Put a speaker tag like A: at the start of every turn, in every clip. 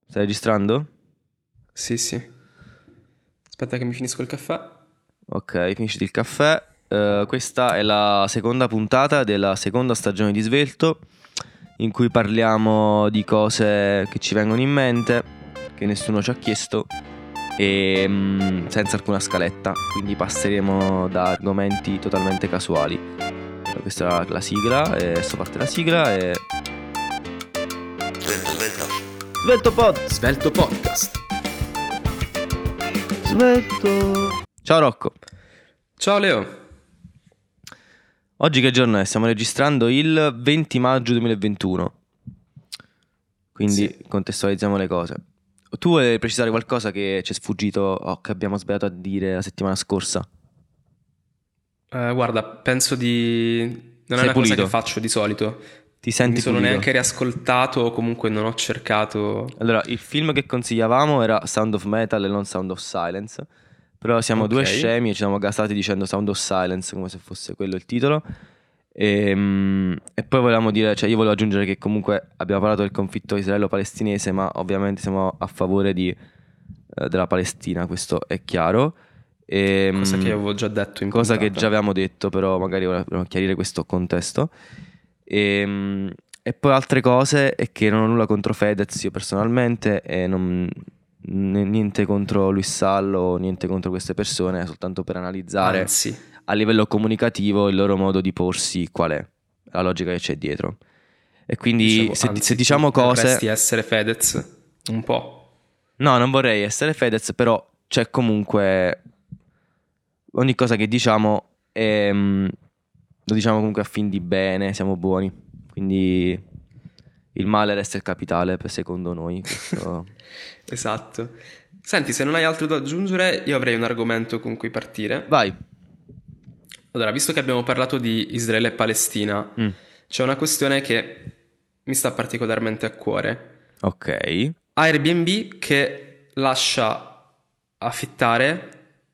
A: Stai registrando?
B: Sì, sì. Aspetta che mi finisco il caffè.
A: Ok, finisci il caffè. Questa è la seconda puntata della seconda stagione di Svelto, in cui parliamo di cose che ci vengono in mente, che nessuno ci ha chiesto, e senza alcuna scaletta, quindi passeremo da argomenti totalmente casuali. Questa è la sigla, e adesso parte la sigla e... Svelto Pod!
B: Svelto Podcast.
A: Svelto! Ciao Rocco!
B: Ciao Leo.
A: Oggi che giorno è? Stiamo registrando il 20 maggio 2021, quindi
B: Sì.
A: contestualizziamo le cose. Tu vuoi precisare qualcosa che ci è sfuggito o che abbiamo sbagliato a dire la settimana scorsa?
B: Guarda, penso di... Non è
A: Sei
B: una cosa che
A: pulito?
B: faccio di solito.
A: Ti
B: Non mi
A: senti
B: sono
A: pulito?
B: neanche riascoltato o comunque non ho cercato...
A: Allora, il film che consigliavamo era Sound of Metal e non Sound of Silence, però siamo
B: Ok.
A: due scemi e ci siamo gasati dicendo Sound of Silence come se fosse quello il titolo. E poi volevamo dire, cioè io volevo aggiungere che comunque abbiamo parlato del conflitto israelo-palestinese, ma ovviamente siamo a favore della Palestina, questo è chiaro.
B: Cosa che
A: Ehm,
B: avevo già detto in
A: Cosa che già
B: puntata.
A: avevamo detto, però magari volevo chiarire questo contesto. E poi altre cose è che non ho nulla contro Fedez io personalmente e niente contro Luis Sallo, niente contro queste persone, soltanto per analizzare
B: Anzi.
A: a livello comunicativo il loro modo di porsi, qual è la logica che c'è dietro. E quindi
B: Dicevo,
A: se
B: anzi,
A: diciamo
B: tu
A: cose,
B: vorresti essere Fedez? Un po'.
A: no, non vorrei essere Fedez, però c'è comunque ogni cosa che diciamo lo diciamo comunque a fin di bene, siamo buoni. Quindi il male resta il capitale, secondo noi. Questo...
B: Esatto. Senti, se non hai altro da aggiungere, io avrei un argomento con cui partire.
A: Vai.
B: Allora, visto che abbiamo parlato di Israele e Palestina,
A: Mm,
B: c'è una questione che mi sta particolarmente a cuore.
A: ok.
B: Airbnb che lascia affittare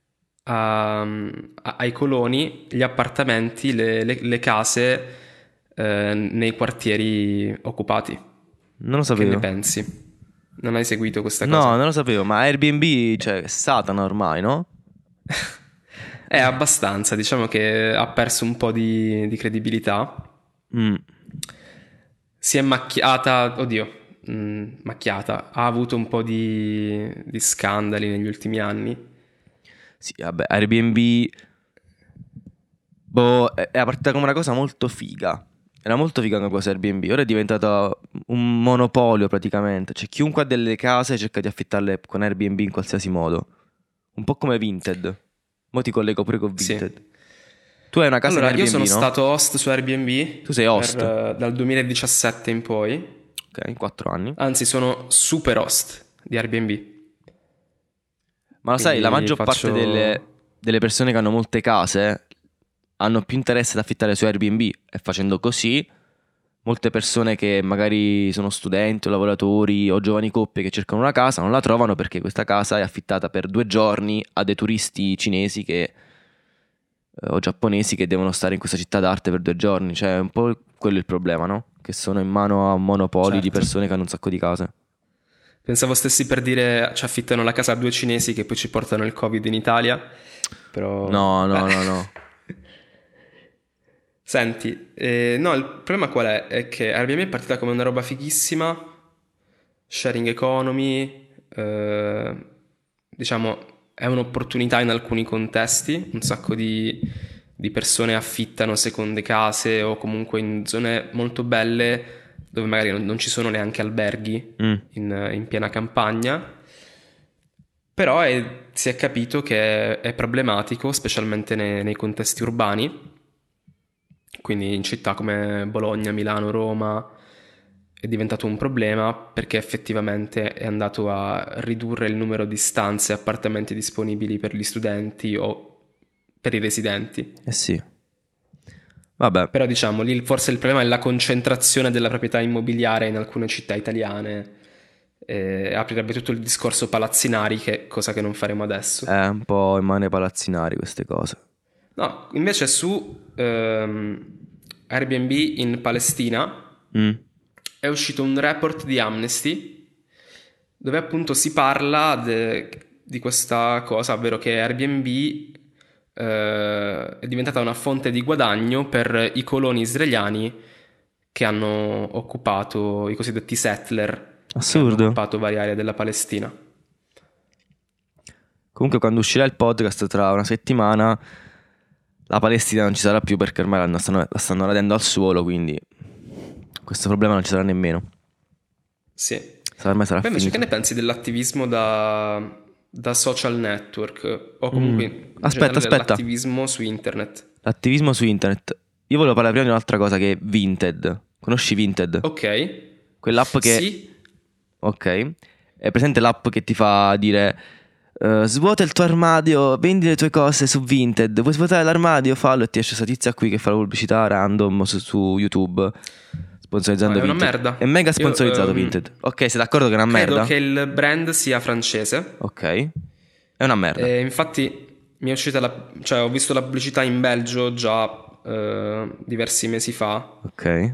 B: ai coloni gli appartamenti, le case nei quartieri occupati.
A: Non lo
B: Che ne
A: sapevo.
B: pensi? Non hai seguito questa
A: No,
B: cosa?
A: non lo sapevo, ma Airbnb, cioè, è Satana ormai, no?
B: È abbastanza, diciamo che ha perso un po' di credibilità.
A: Mm.
B: Si è macchiata, oddio, macchiata, ha avuto un po' di scandali negli ultimi anni.
A: Sì, vabbè, Airbnb, boh, è partita come una cosa molto figa. Era molto figa come cosa Airbnb, ora è diventata un monopolio praticamente. Cioè, chiunque ha delle case cerca di affittarle con Airbnb in qualsiasi modo. Un po' come Vinted. Mo' ti collego pure con
B: Sì.
A: Vinted. Tu hai una casa in
B: Allora, io
A: Airbnb,
B: sono
A: no?
B: stato host su
A: Tu
B: Airbnb
A: sei host.
B: dal 2017 in poi.
A: Ok, 4 anni.
B: Anzi, sono super host di Airbnb.
A: Ma lo sai, la
B: Quindi
A: maggior parte
B: faccio...
A: delle persone che hanno molte case hanno più interesse ad affittare su Airbnb e facendo così molte persone che magari sono studenti o lavoratori o giovani coppie che cercano una casa non la trovano perché questa casa è affittata per 2 giorni a dei turisti cinesi o giapponesi che devono stare in questa città d'arte per 2 giorni. Cioè, è un po' quello il problema, no? Che sono in mano a monopoli di
B: Certo.
A: persone che hanno un sacco di case.
B: Pensavo stessi per dire ci affittano la casa a due cinesi che poi ci portano il Covid in Italia. Però...
A: No, no, no, no.
B: Senti, no, il problema qual è? È che Airbnb è partita come una roba fighissima, sharing economy, diciamo, è un'opportunità in alcuni contesti, un sacco di persone affittano seconde case o comunque in zone molto belle dove magari non ci sono neanche alberghi
A: Mm.
B: in piena campagna, però si è capito che è problematico, specialmente nei contesti urbani, quindi in città come Bologna, Milano, Roma è diventato un problema perché effettivamente è andato a ridurre il numero di stanze e appartamenti disponibili per gli studenti o per i residenti.
A: Eh sì. Vabbè.
B: Però diciamo, lì forse il problema è la concentrazione della proprietà immobiliare in alcune città italiane. Aprirebbe tutto il discorso palazzinari, che è cosa che non faremo adesso.
A: È un po' in mano ai palazzinari queste cose.
B: No, invece su Airbnb in Palestina
A: Mm.
B: è uscito un report di Amnesty dove appunto si parla di questa cosa, ovvero che Airbnb è diventata una fonte di guadagno per i coloni israeliani che hanno occupato, i cosiddetti settler, che hanno
A: Assurdo.
B: occupato varie aree della Palestina.
A: Comunque quando uscirà il podcast tra una settimana, la Palestina non ci sarà più perché ormai la stanno radendo al suolo, quindi questo problema non ci sarà nemmeno.
B: Sì.
A: Ormai sarà
B: Beh, invece
A: finito.
B: che ne pensi dell'attivismo da social network o comunque in
A: Aspetta,
B: generale
A: aspetta.
B: l'attivismo su internet?
A: L'attivismo su internet. Io volevo parlare prima di un'altra cosa che è Vinted. Conosci Vinted?
B: Ok.
A: Quell'app che...
B: Sì,
A: Ok. È presente l'app che ti fa dire svuota il tuo armadio, vendi le tue cose su Vinted. Vuoi svuotare l'armadio? Fallo e ti esce questa tizia qui che fa la pubblicità random su YouTube. Sponsorizzando
B: no, è una
A: Vinted.
B: merda.
A: È mega
B: Io,
A: sponsorizzato Vinted. Ok, sei d'accordo che è una
B: credo
A: merda?
B: che il brand sia francese.
A: Ok. È una merda.
B: E infatti mi è uscita cioè ho visto la pubblicità in Belgio già diversi mesi fa
A: Ok.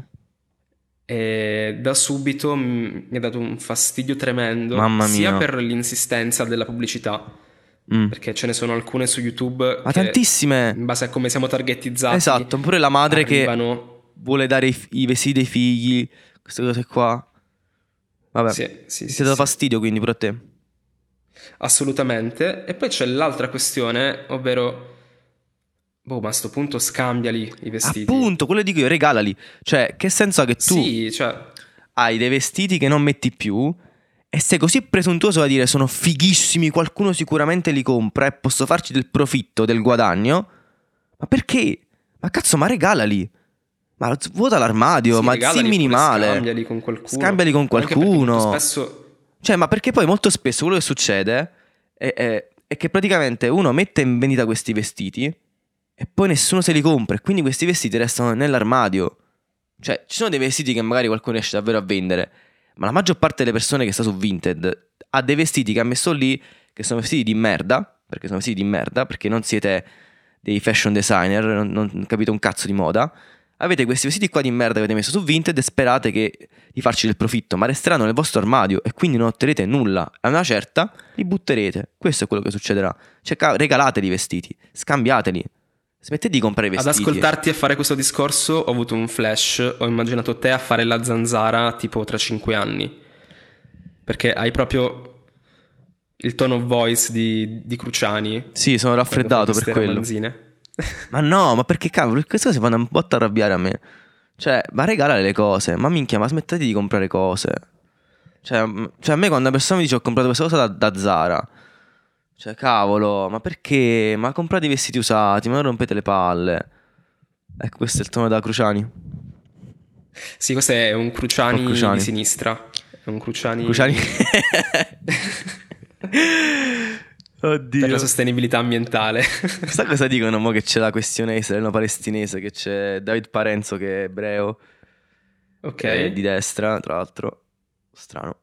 B: e da subito mi ha dato un fastidio tremendo,
A: Mamma
B: sia
A: mia.
B: per l'insistenza della pubblicità,
A: Mm.
B: perché ce ne sono alcune su YouTube
A: Ma
B: che
A: tantissime.
B: in base a come siamo targetizzati
A: Esatto, pure la madre che
B: arrivano...
A: vuole dare i vestiti ai figli, queste cose qua. Vabbè,
B: Sì,
A: ti ha dato
B: sì.
A: fastidio quindi pure a te.
B: Assolutamente. E poi c'è l'altra questione, ovvero, boh, ma a sto punto scambiali i vestiti.
A: Appunto, quello che dico io, regalali. Cioè, che senso ha che tu
B: Sì, cioè,
A: hai dei vestiti che non metti più e sei così presuntuoso da dire sono fighissimi, qualcuno sicuramente li compra e posso farci del profitto, del guadagno? Ma perché? Ma cazzo, ma regalali. Ma vuota l'armadio,
B: sì,
A: ma
B: regalali
A: sii
B: oppure
A: minimale.
B: scambiali con qualcuno.
A: Scambiali con
B: Anche perché molto
A: qualcuno.
B: spesso...
A: Cioè, ma perché poi molto spesso quello che succede è che praticamente uno mette in vendita questi vestiti e poi nessuno se li compra e quindi questi vestiti restano nell'armadio. Cioè, ci sono dei vestiti che magari qualcuno riesce davvero a vendere, ma la maggior parte delle persone che sta su Vinted ha dei vestiti che ha messo lì che sono vestiti di merda, perché sono vestiti di merda, perché non siete dei fashion designer, non capite un cazzo di moda. Avete questi vestiti qua di merda che avete messo su Vinted e sperate di farci del profitto, ma resteranno nel vostro armadio e quindi non otterrete nulla. A una certa li butterete. Questo è quello che succederà. Cioè, regalateli i vestiti, scambiateli. Smettete di comprare i
B: Ad
A: vestiti.
B: ascoltarti e fare questo discorso ho avuto un flash, ho immaginato te a fare la zanzara tipo tra 5 anni. Perché hai proprio il tone of voice di Cruciani.
A: Sì, sono
B: quando fai
A: raffreddato per
B: queste
A: quello.
B: romanzine.
A: Ma no, ma perché cavolo? Queste cose fanno un botto arrabbiare a me. Cioè, ma regalare le cose. Ma minchia, ma smettete di comprare cose. Cioè, a me quando una persona mi dice ho comprato questa cosa da Zara. Cioè, cavolo, ma perché? Ma comprate i vestiti usati, ma non rompete le palle. Ecco, questo è il tono da Cruciani.
B: Sì, questo è un Cruciani,
A: Cruciani.
B: di sinistra. È un Cruciani,
A: Cruciani.
B: per
A: Oddio.
B: la sostenibilità ambientale.
A: Sai cosa dicono mo che c'è la questione israelo-palestinese, che c'è David Parenzo che è ebreo,
B: Ok.
A: che è di destra, tra l'altro, strano.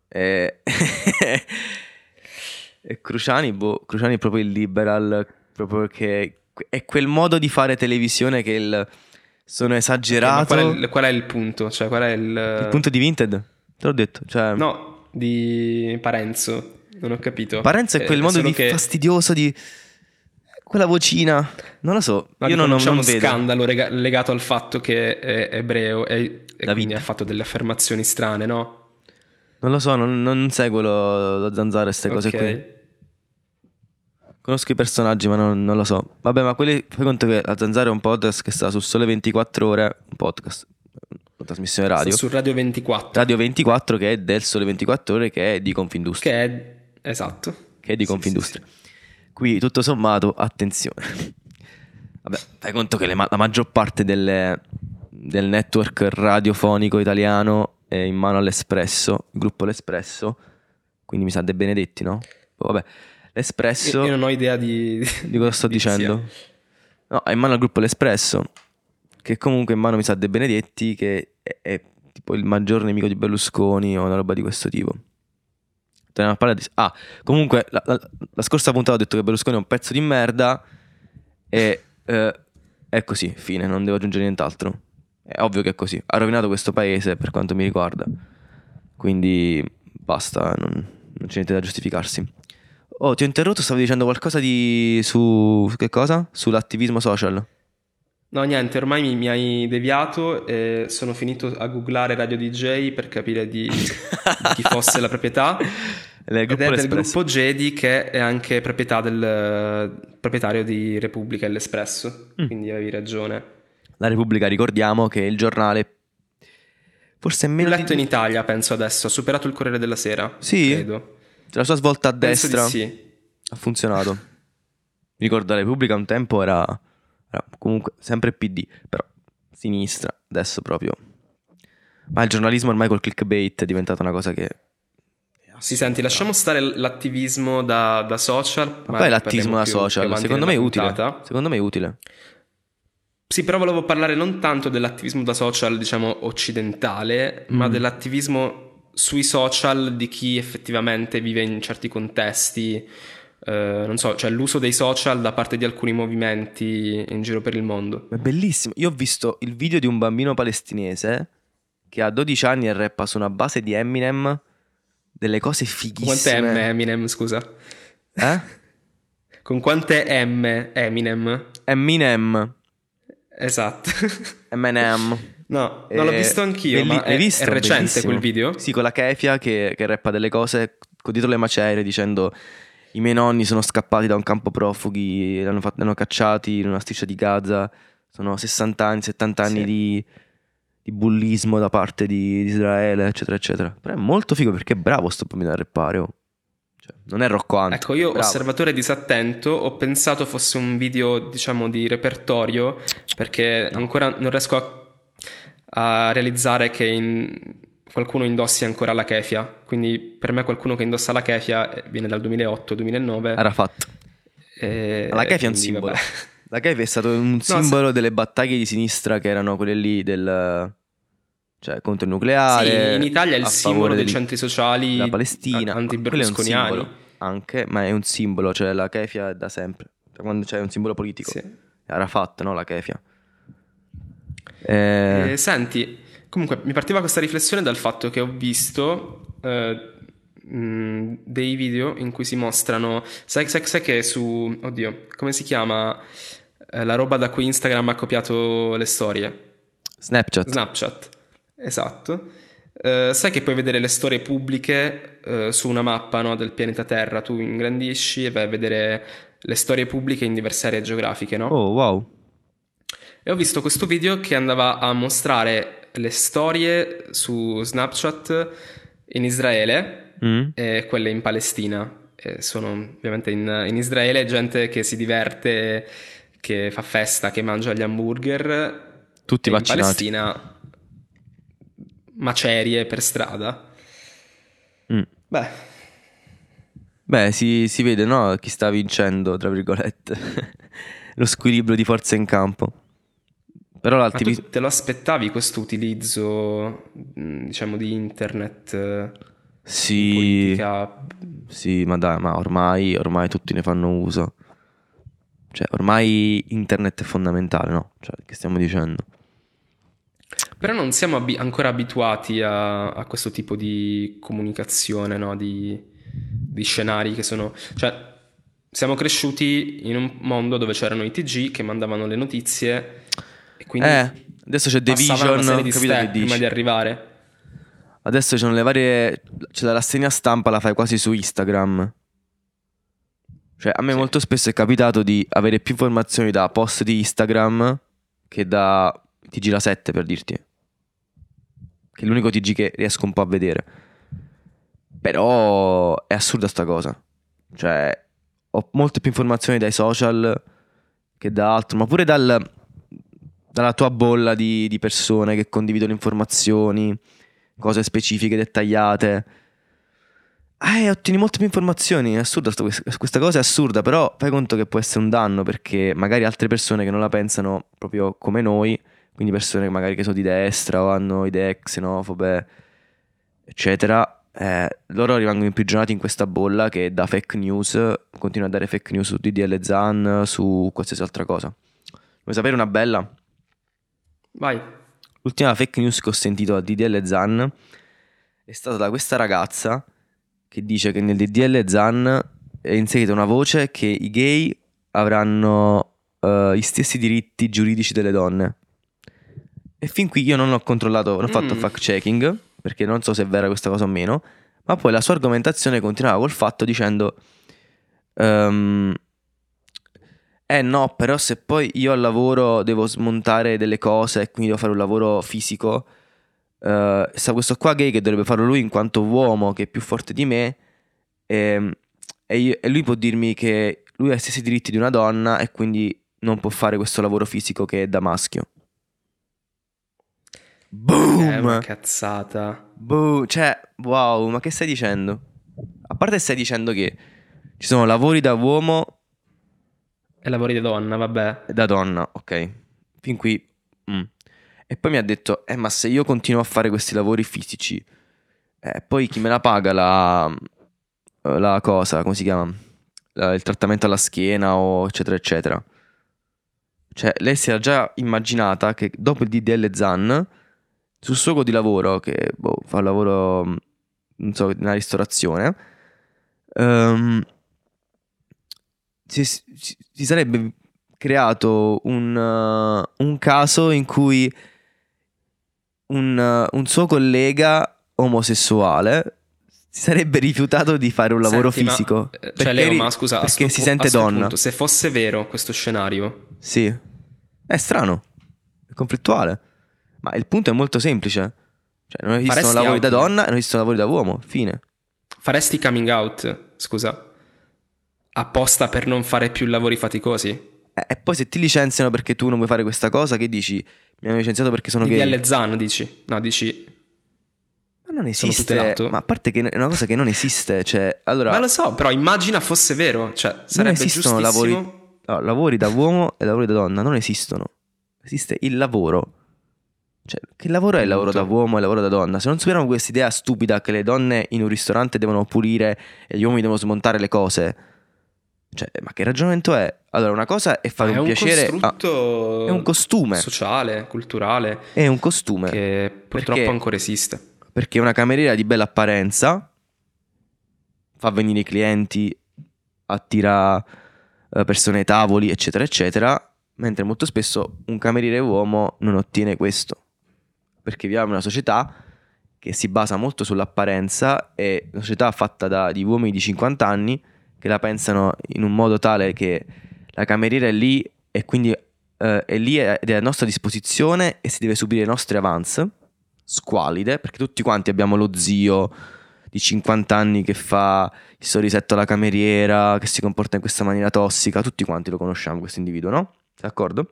A: E Cruciani, Cruciani è proprio il liberal, proprio perché è quel modo di fare televisione che sono
B: Ok,
A: esagerato.
B: ma qual è il punto? Cioè, qual è
A: Il punto di Vinted? Te l'ho detto, cioè...
B: No, di Parenzo. Non ho capito.
A: Parenzo è quel modo
B: solo
A: di
B: che...
A: fastidioso di... Quella vocina, non lo so,
B: No,
A: io
B: dico,
A: non
B: c'è uno
A: vedo.
B: scandalo legato al fatto che è ebreo e
A: David.
B: quindi ha fatto delle affermazioni strane, no?
A: Non lo so, non seguo lo zanzaro e queste cose
B: Ok.
A: qui. Conosco i personaggi, ma non lo so. Vabbè, ma fai conto che la Zanzara è un podcast che sta su Sole 24 Ore, un podcast, una trasmissione
B: Sta
A: radio.
B: su Radio 24.
A: Radio 24 che è del Sole 24 Ore, che è di Confindustria.
B: Che è... Esatto.
A: Che è di
B: Sì,
A: Confindustria.
B: sì.
A: Qui, tutto sommato, attenzione. Vabbè, fai conto che la maggior parte del network radiofonico italiano è in mano all'Espresso, il gruppo L'Espresso, quindi mi sa De Benedetti, no? Vabbè, L'Espresso...
B: Io non ho idea di
A: cosa sto
B: di chi sia.
A: dicendo? No, è in mano al gruppo L'Espresso, che comunque in mano mi sa De Benedetti, che è tipo il maggior nemico di Berlusconi o una roba di questo tipo. Torniamo a parlare di... Ah, comunque la scorsa puntata ho detto che Berlusconi è un pezzo di merda e è così, fine, non devo aggiungere nient'altro. È ovvio che è così. Ha rovinato questo paese per quanto mi riguarda. Quindi basta, non c'è niente da giustificarsi. Oh, ti ho interrotto, stavi dicendo qualcosa su che cosa? Sull'attivismo social.
B: No, niente, ormai mi hai deviato e sono finito a googlare Radio DJ per capire di chi fosse la proprietà.
A: Il
B: Ed
A: gruppo
B: è del
A: L'Espresso.
B: gruppo Gedi, che è anche proprietà del proprietario di Repubblica e l'Espresso. Quindi avevi ragione.
A: La Repubblica, ricordiamo che è il giornale forse
B: Più
A: meno di...
B: letto in Italia, penso adesso. Ha superato il Corriere della Sera,
A: Sì?
B: credo.
A: La sua svolta a
B: Penso di
A: destra
B: sì.
A: ha funzionato. Mi ricordo la Repubblica un tempo era comunque sempre PD, però sinistra, adesso proprio. Ma il giornalismo ormai col clickbait è diventata una cosa che...
B: Sì, senti, lasciamo stare l'attivismo da social,
A: Ma poi
B: magari ne parliamo
A: l'attivismo da
B: più
A: social,
B: avanti
A: secondo me
B: nella
A: è utile.
B: puntata.
A: Secondo me è utile.
B: Sì, però volevo parlare non tanto dell'attivismo da social, diciamo, occidentale, ma dell'attivismo sui social di chi effettivamente vive in certi contesti. Non so, cioè l'uso dei social da parte di alcuni movimenti in giro per il mondo.
A: È bellissimo. Io ho visto il video di un bambino palestinese che ha 12 anni e rappa su una base di Eminem delle cose
B: Con quante M
A: fighissime.
B: Eminem, scusa?
A: Eh?
B: Con quante M Eminem?
A: Eminem.
B: Esatto.
A: Eminem.
B: No, non l'ho visto anch'io, ma
A: L'hai
B: è
A: visto?
B: recente
A: Bellissimo.
B: quel video?
A: Sì, con la Kefia che rappa delle cose dietro le macerie dicendo i miei nonni sono scappati da un campo profughi, li hanno cacciati in una striscia di Gaza, sono 60 anni, 70 anni
B: Sì.
A: di bullismo da parte di Israele, eccetera, eccetera. Però è molto figo perché è bravo sto bambino a rappare, oh. Cioè, non è Rocco Hunt,
B: Ecco,
A: è
B: io,
A: bravo.
B: osservatore disattento, ho pensato fosse un video, diciamo, di repertorio, perché ancora non riesco a realizzare che qualcuno indossi ancora la kefia. Quindi per me qualcuno che indossa la kefia viene dal 2008-2009.
A: Arafat. La Kefia è un
B: Quindi,
A: simbolo.
B: vabbè.
A: La Kefia è stato un
B: No,
A: simbolo delle battaglie di sinistra che erano quelle lì cioè contro il
B: sì,
A: nucleare,
B: in Italia è il
A: a
B: simbolo
A: favore
B: dei centri
A: della
B: sociali
A: Palestina. Ma quello è un
B: anti-berlusconiani.
A: simbolo anche, ma è un simbolo, cioè la Kefia è da sempre. Cioè, quando c'è un simbolo politico.
B: Sì.
A: È Arafat, no? La Kefia. Eh,
B: Senti, comunque mi partiva questa riflessione dal fatto che ho visto dei video in cui si mostrano, sai che su, oddio, come si chiama la roba da cui Instagram ha copiato le storie?
A: Snapchat.
B: Snapchat, esatto. Sai che puoi vedere le storie pubbliche su una mappa, no, del pianeta Terra, tu ingrandisci e vai a vedere le storie pubbliche in diverse aree geografiche, no?
A: Oh, wow.
B: E ho visto questo video che andava a mostrare le storie su Snapchat in Israele e quelle in Palestina. E sono ovviamente in Israele gente che si diverte, che fa festa, che mangia gli hamburger.
A: Tutti
B: E in
A: vaccinati.
B: Palestina macerie per strada. Beh,
A: Beh, si vede, no? Chi sta vincendo, tra virgolette. Lo squilibrio di forze in campo. Però
B: ma
A: l'attivismo...
B: tu te lo aspettavi questo utilizzo, diciamo, di internet in
A: Sì,
B: politica?
A: sì, ma dai, ma ormai tutti ne fanno uso. Cioè, ormai internet è fondamentale, no? Cioè, che stiamo dicendo?
B: Però non siamo ancora abituati a questo tipo di comunicazione, no? Di scenari che sono... Cioè, siamo cresciuti in un mondo dove c'erano i TG che mandavano le notizie e quindi
A: Adesso c'è The
B: passavano una serie
A: Vision,
B: di
A: capito che
B: step prima
A: dici?
B: di arrivare.
A: Adesso ci sono le varie... Cioè, la rassegna stampa la fai quasi su Instagram. Cioè, a me
B: Sì.
A: molto spesso è capitato di avere più informazioni da post di Instagram che da TG La 7, per dirti. Che è l'unico TG che riesco un po' a vedere. Però è assurda sta cosa. Cioè, ho molte più informazioni dai social che da altro, ma pure dalla tua bolla di persone che condividono informazioni, cose specifiche, dettagliate. Ottieni molte più informazioni. È assurda questa cosa è assurda, però fai conto che può essere un danno perché magari altre persone che non la pensano proprio come noi, quindi persone magari che sono di destra o hanno idee xenofobe, eccetera, loro rimangono imprigionati in questa bolla che dà fake news, continua a dare fake news su DDL Zan, su qualsiasi altra cosa. Vuoi sapere una bella?
B: Vai.
A: L'ultima fake news che ho sentito a DDL Zan è stata da questa ragazza che dice che nel DDL Zan è inserita una voce che i gay avranno gli stessi diritti giuridici delle donne. E fin qui io non ho controllato, non ho fatto fact checking, perché non so se è vera questa cosa o meno, ma poi la sua argomentazione continuava col fatto dicendo no, però se poi io al lavoro devo smontare delle cose e quindi devo fare un lavoro fisico, sta questo qua gay che dovrebbe farlo lui in quanto uomo che è più forte di me, e lui può dirmi che lui ha gli stessi diritti di una donna e quindi non può fare questo lavoro fisico che è da maschio.
B: È una
A: Boom!
B: cazzata.
A: Boom! Cioè, wow, ma che stai dicendo? A parte stai dicendo che ci sono lavori da uomo
B: E lavori di donna, vabbè.
A: e da donna, ok. Fin qui. E poi mi ha detto, ma se io continuo a fare questi lavori fisici, poi chi me la paga la cosa, come si chiama? Il trattamento alla schiena o eccetera eccetera. Cioè, lei si era già immaginata che dopo il DDL Zan, sul suo luogo di lavoro, che fa un lavoro, non so, nella ristorazione, si sarebbe creato un caso in cui un suo collega omosessuale si sarebbe rifiutato di fare un lavoro
B: Senti,
A: fisico
B: cioè Leo, ma scusa,
A: perché si sente
B: a sto
A: donna.
B: punto, se fosse vero questo scenario,
A: Sì, è strano, è conflittuale, ma il punto è molto semplice. Cioè, non esistono
B: faresti
A: lavori da
B: outing?
A: donna e non esistono lavori da uomo, fine.
B: Faresti coming out, scusa, apposta per non fare più lavori faticosi?
A: E poi se ti licenziano perché tu non vuoi fare questa cosa, che dici? Mi hanno licenziato perché sono gay.
B: DDL Zan, dici? No, dici,
A: Ma non
B: sono
A: esiste,
B: tutelato?
A: ma a parte che è una cosa che non esiste, cioè, allora,
B: Ma lo so, però immagina fosse vero, cioè
A: non
B: sarebbe
A: esistono
B: giustissimo.
A: lavori da uomo e lavori da donna, non esistono. Esiste il lavoro. Cioè, che lavoro è il lavoro da
B: Punto.
A: uomo e il lavoro da donna? Se non superiamo questa idea stupida che le donne in un ristorante devono pulire e gli uomini devono smontare le cose, cioè, ma che ragionamento è? Allora, una cosa è fare
B: Ma è
A: un
B: un
A: piacere è un
B: costrutto
A: costume,
B: sociale, culturale,
A: è un costume.
B: che purtroppo
A: Perché?
B: ancora esiste.
A: Perché una cameriera di bella apparenza fa venire i clienti, attira persone ai tavoli, eccetera, eccetera, mentre molto spesso un cameriere uomo non ottiene questo. Perché viviamo in una società che si basa molto sull'apparenza, e una società fatta di uomini di 50 anni che la pensano in un modo tale che la cameriera è lì e quindi è lì ed è a nostra disposizione e si deve subire i nostri avance squalide, perché tutti quanti abbiamo lo zio di 50 anni che fa il sorrisetto alla cameriera, che si comporta in questa maniera tossica, tutti quanti lo conosciamo questo individuo, no? D'accordo?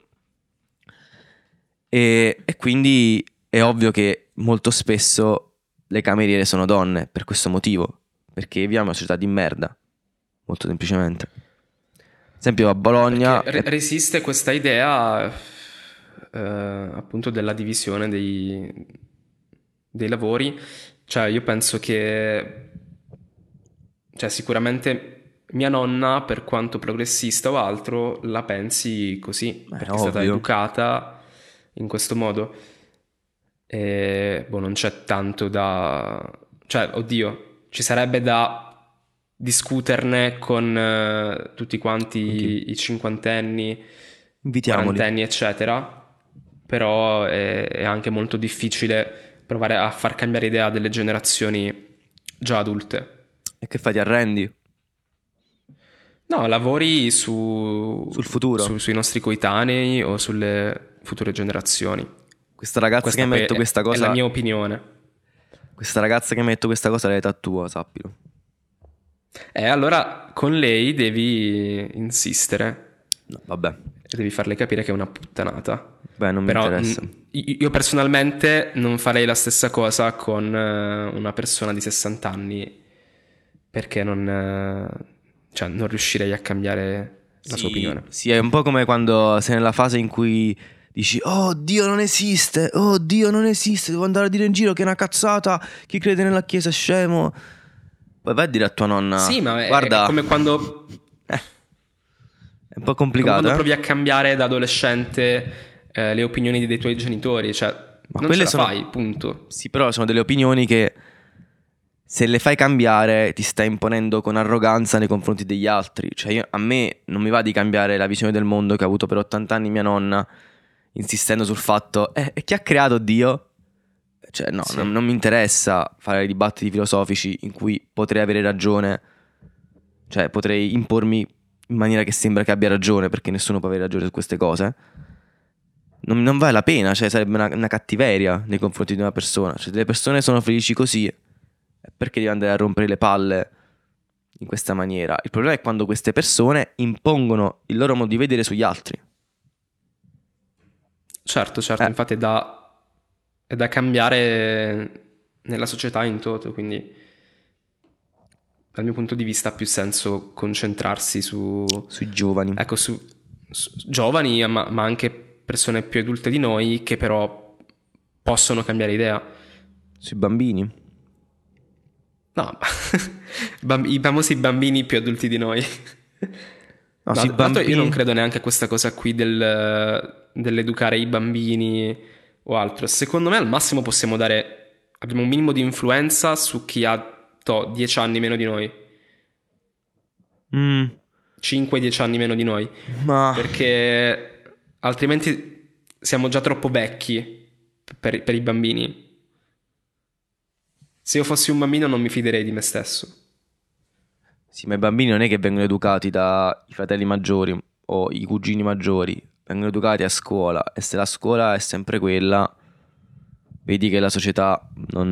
A: E quindi è ovvio che molto spesso le cameriere sono donne per questo motivo, perché viviamo in una società di merda, molto semplicemente. Ad esempio a Bologna
B: Perché resiste questa idea appunto della divisione dei lavori. Cioè io penso che, cioè, sicuramente mia nonna, per quanto progressista o altro, la pensi così,
A: è
B: perché è stata
A: ovvio.
B: educata in questo modo. E boh, non c'è tanto da... Cioè, oddio, ci sarebbe da discuterne con tutti
A: Con chi?
B: quanti i cinquantenni,
A: Invitiamoli.
B: quarantenni, eccetera. Però è anche molto difficile provare a far cambiare idea delle generazioni già adulte.
A: E che fai, ti arrendi?
B: No, lavori
A: Sul futuro.
B: sui nostri coetanei o sulle future generazioni.
A: Questa ragazza che
B: Questa
A: mi ha
B: poi
A: detto questa
B: è la
A: cosa,
B: mia opinione.
A: questa ragazza che mi ha detto questa cosa è l'età tua, sappilo.
B: E allora con lei devi insistere
A: No, vabbè.
B: e devi farle capire che è una puttanata.
A: Beh, non mi
B: Però
A: interessa.
B: io personalmente non farei la stessa cosa con una persona di 60 anni, perché cioè, non riuscirei a cambiare la sua
A: Sì,
B: opinione.
A: sì, è un po' come quando sei nella fase in cui dici: oh Dio non esiste, oh Dio non esiste, devo andare a dire in giro che è una cazzata, chi crede nella chiesa è scemo. Poi vai a dire a tua nonna:
B: Sì, ma è
A: guarda, è un po'
B: come
A: complicato,
B: quando
A: eh?
B: provi a cambiare da adolescente le opinioni dei tuoi genitori, cioè
A: Ma
B: non ce
A: quelle
B: la
A: sono...
B: fai, punto.
A: Sì, però sono delle opinioni che se le fai cambiare ti stai imponendo con arroganza nei confronti degli altri. Cioè a me non mi va di cambiare la visione del mondo che ha avuto per 80 anni mia nonna, insistendo sul fatto e chi ha creato Dio? Cioè no,
B: Sì.
A: non mi interessa fare dibattiti filosofici in cui potrei avere ragione, cioè potrei impormi in maniera che sembra che abbia ragione, perché nessuno può avere ragione su queste cose. Non vale la pena, cioè sarebbe una cattiveria nei confronti di una persona. Cioè, delle persone sono felici così, perché devi andare a rompere le palle in questa maniera? Il problema è quando queste persone impongono il loro modo di vedere sugli altri.
B: Certo, infatti è da cambiare nella società in toto, quindi dal mio punto di vista ha più senso concentrarsi
A: Sui giovani,
B: ecco, su giovani, ma anche persone più adulte di noi che però possono cambiare idea.
A: sui bambini.
B: No, i famosi bambini più adulti di noi.
A: No,
B: No,
A: sui
B: tra l'altro io non
A: bambini.
B: credo neanche a questa cosa qui dell'educare i bambini o altro. Secondo me al massimo abbiamo un minimo di influenza su chi ha 10 anni meno di noi,
A: Mm,
B: 5-10 anni meno di noi,
A: ma
B: perché altrimenti siamo già troppo vecchi per i bambini. Se io fossi un bambino non mi fiderei di me stesso.
A: sì, ma i bambini non è che vengono educati dai fratelli maggiori o i cugini maggiori, vengono educati a scuola, e se la scuola è sempre quella, vedi che la società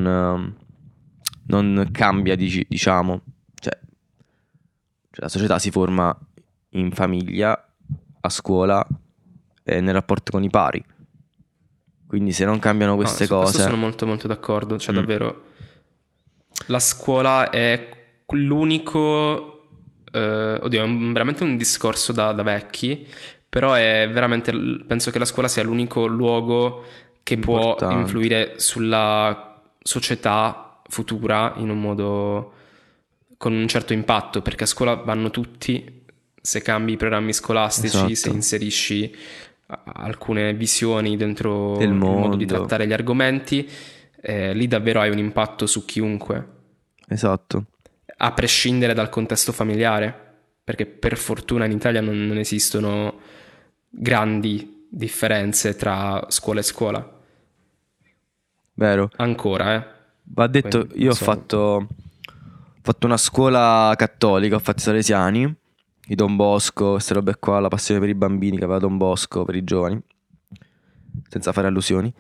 A: non cambia, diciamo. Cioè, la società si forma in famiglia, a scuola e nel rapporto con i pari. Quindi se non cambiano
B: No,
A: queste
B: su questo
A: cose.
B: sono molto molto d'accordo, cioè
A: Mm.
B: davvero la scuola è l'unico, oddio, veramente un discorso da vecchi, però è veramente, penso che la scuola sia l'unico luogo che può
A: Importante.
B: influire sulla società futura in un modo con un certo impatto, perché a scuola vanno tutti, se cambi i programmi scolastici, se
A: Esatto.
B: inserisci alcune visioni dentro
A: Del
B: il modo di
A: mondo.
B: trattare gli argomenti, lì davvero hai un impatto su chiunque,
A: Esatto.
B: a prescindere dal contesto familiare, perché per fortuna in Italia non esistono grandi differenze tra scuola e scuola.
A: Vero.
B: Ancora, eh.
A: Va detto,
B: Poi,
A: io
B: non
A: ho
B: so.
A: fatto una scuola cattolica, ho fatto i salesiani, i Don Bosco, queste robe qua, la passione per i bambini che aveva Don Bosco, per i giovani, senza fare allusioni.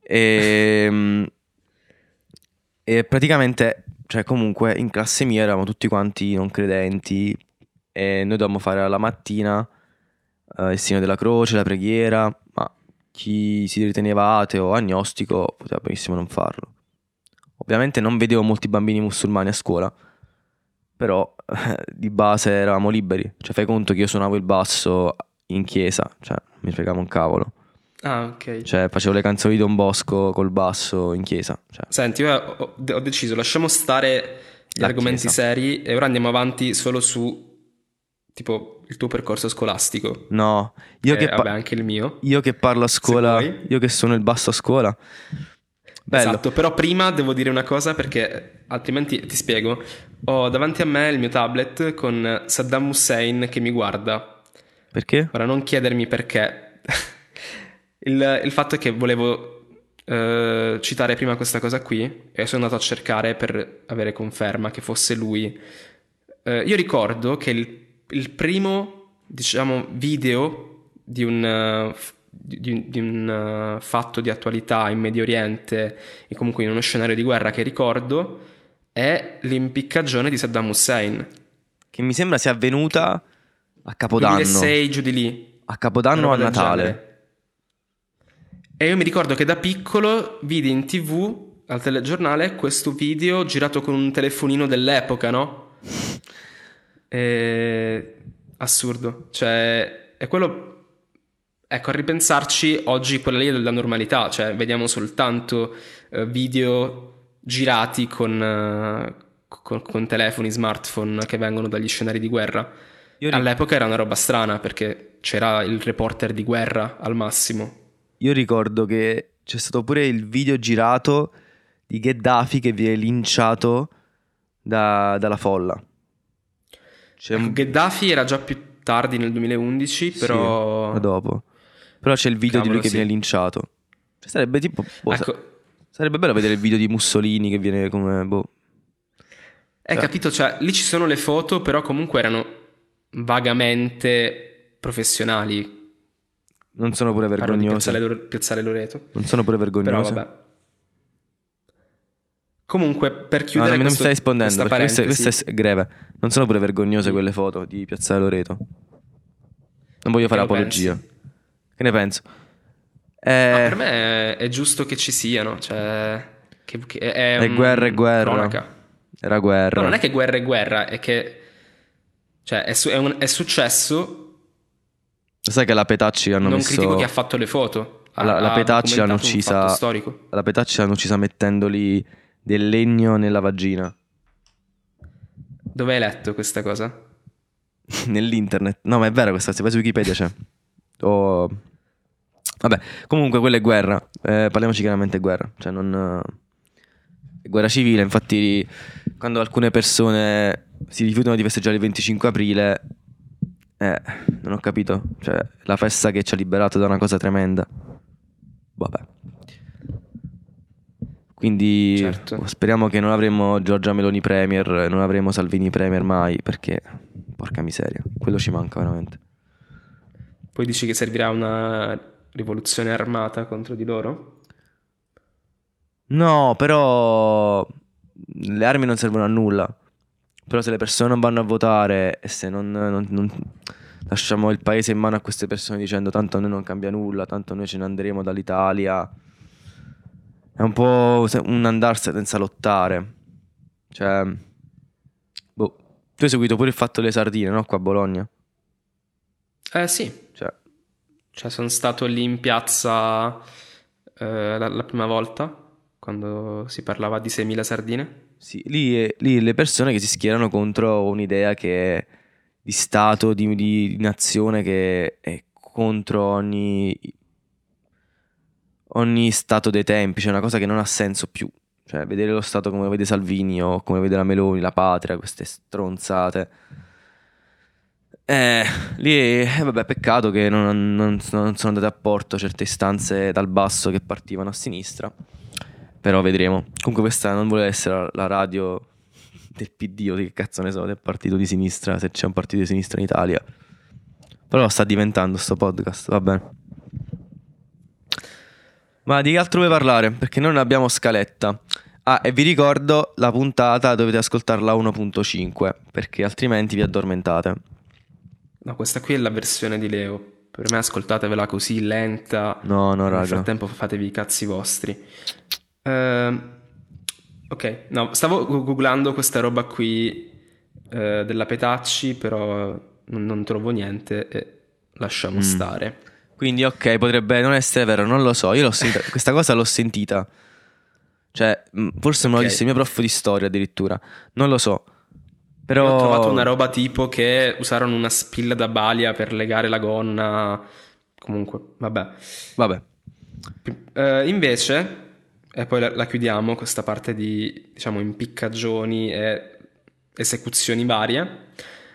A: E praticamente, cioè comunque in classe mia eravamo tutti quanti non credenti e noi dovevamo fare alla mattina il segno della croce, la preghiera, ma chi si riteneva ateo o agnostico poteva benissimo non farlo. Ovviamente non vedevo molti bambini musulmani a scuola, però di base eravamo liberi. Cioè fai conto che io suonavo il basso in chiesa, cioè mi fregavo un cavolo.
B: Ah, ok.
A: Cioè facevo le canzoni di Don Bosco col basso in chiesa, cioè
B: Senti, io ho deciso, lasciamo stare gli
A: la
B: argomenti
A: chiesa.
B: seri e ora andiamo avanti solo su, tipo, il tuo percorso scolastico,
A: No,
B: che vabbè, anche il mio,
A: io che parlo a
B: se
A: scuola,
B: vuoi.
A: io che suono il basso a scuola. Bello.
B: Esatto, però prima devo dire una cosa perché altrimenti ti spiego. Ho davanti a me il mio tablet con Saddam Hussein che mi guarda.
A: Perché?
B: Ora non chiedermi perché. Il fatto è che volevo citare prima questa cosa qui e sono andato a cercare per avere conferma che fosse lui. Io ricordo che il primo, diciamo, video di un fatto di attualità in Medio Oriente e comunque in uno scenario di guerra che ricordo è l'impiccagione di Saddam Hussein.
A: Che mi sembra sia avvenuta a Capodanno.
B: 2006 giù di lì,
A: A
B: una
A: Capodanno o
B: roba
A: a
B: del
A: Natale.
B: genere. E io mi ricordo che da piccolo vidi in TV, al telegiornale, questo video girato con un telefonino dell'epoca, no? Assurdo. Cioè, è quello. Ecco, a ripensarci, oggi quella lì è la normalità, cioè vediamo soltanto video girati con telefoni, smartphone che vengono dagli scenari di guerra.
A: Io, ri-
B: All'epoca era una roba strana perché c'era il reporter di guerra al massimo.
A: io ricordo che c'è stato pure il video girato di Gheddafi che viene linciato dalla folla. C'è
B: Ecco, Gheddafi era già più tardi nel 2011,
A: sì,
B: però...
A: ma dopo. Però c'è il video di lui
B: Cavolo,
A: che viene
B: sì.
A: linciato. Cioè, sarebbe tipo
B: Ecco,
A: sarebbe bello vedere il video di Mussolini che viene come
B: hai
A: cioè,
B: capito? Cioè, lì ci sono le foto, però comunque erano vagamente professionali.
A: non sono pure
B: Parlo di
A: vergognose.
B: Piazzale Loreto.
A: Non sono pure
B: Però
A: vergognose.
B: vabbè. Comunque, per
A: No,
B: chiudere
A: non mi stai rispondendo
B: questa
A: perché questa
B: parentesi,
A: è greve. Non sono pure vergognose
B: mm,
A: quelle foto di Piazzale Loreto. Non voglio
B: che
A: fare
B: lo
A: apologia.
B: pensi?
A: Che ne penso?
B: Ma
A: Eh,
B: per me è giusto che ci siano, cioè, che è
A: è guerra, è guerra.
B: cronaca.
A: Era
B: No, non
A: guerra.
B: è che guerra è guerra, è che, cioè, è successo.
A: Sai che la Petacci l'hanno
B: Non critico chi ha
A: messo.
B: fatto le foto,
A: La
B: ha
A: Petacci l'hanno
B: documentato un fatto
A: uccisa.
B: storico.
A: La Petacci l'hanno uccisa mettendogli del legno nella vagina.
B: Dove hai letto questa cosa?
A: Nell'internet. No, ma è vero questa, se vai su Wikipedia c'è. O... Vabbè, comunque quella è guerra. Parliamoci chiaramente guerra. Cioè, non... È guerra civile, infatti, quando alcune persone si rifiutano di festeggiare il 25 aprile, non ho capito. Cioè, la festa che ci ha liberato da una cosa tremenda. Vabbè. Quindi
B: Certo.
A: speriamo che non avremo Giorgia Meloni Premier, non avremo Salvini Premier mai, perché porca miseria, quello ci manca veramente.
B: Poi dici che servirà una rivoluzione armata contro di loro?
A: No, però le armi non servono a nulla. Però se le persone non vanno a votare e se non lasciamo il paese in mano a queste persone dicendo tanto a noi non cambia nulla, tanto noi ce ne andremo dall'Italia, è un po' un andarsene senza lottare. Cioè, boh. Tu hai seguito pure il fatto delle sardine, no? Qua a Bologna.
B: Sì,
A: Cioè,
B: sono stato lì in piazza la prima volta, quando si parlava di 6.000 sardine.
A: sì, lì le persone che si schierano contro un'idea che è di Stato, di nazione che è contro ogni stato dei tempi, cioè una cosa che non ha senso più. Cioè, vedere lo Stato come lo vede Salvini o come lo vede la Meloni, la patria, queste stronzate. Lì, vabbè, peccato che non sono andate a porto certe istanze dal basso che partivano a sinistra. Però vedremo. Comunque questa non vuole essere la radio del PD o di che cazzo ne so, del partito di sinistra, se c'è un partito di sinistra in Italia. Però lo sta diventando sto podcast, va bene. Ma di che altro vuoi parlare? Perché noi non abbiamo scaletta. Ah, e vi ricordo, la puntata dovete ascoltarla a 1.5, perché altrimenti vi addormentate.
B: No, questa qui è la versione di Leo. Per me ascoltatevela così lenta
A: No, no,
B: e nel
A: raga.
B: frattempo fatevi i cazzi vostri. Ok, no, stavo googlando questa roba qui della Petacci, però non trovo niente e lasciamo
A: Mm.
B: stare.
A: Quindi, ok, potrebbe non essere vero, non lo so. Io l'ho sentita, questa cosa l'ho sentita. Cioè, forse me lo
B: Ok,
A: disse il mio prof di storia addirittura. Non lo so.
B: io ho trovato
A: Però,
B: una roba tipo che usarono una spilla da balia per legare la gonna. Comunque, vabbè.
A: vabbè.
B: Invece, e poi la chiudiamo questa parte di, diciamo, impiccagioni e esecuzioni varie.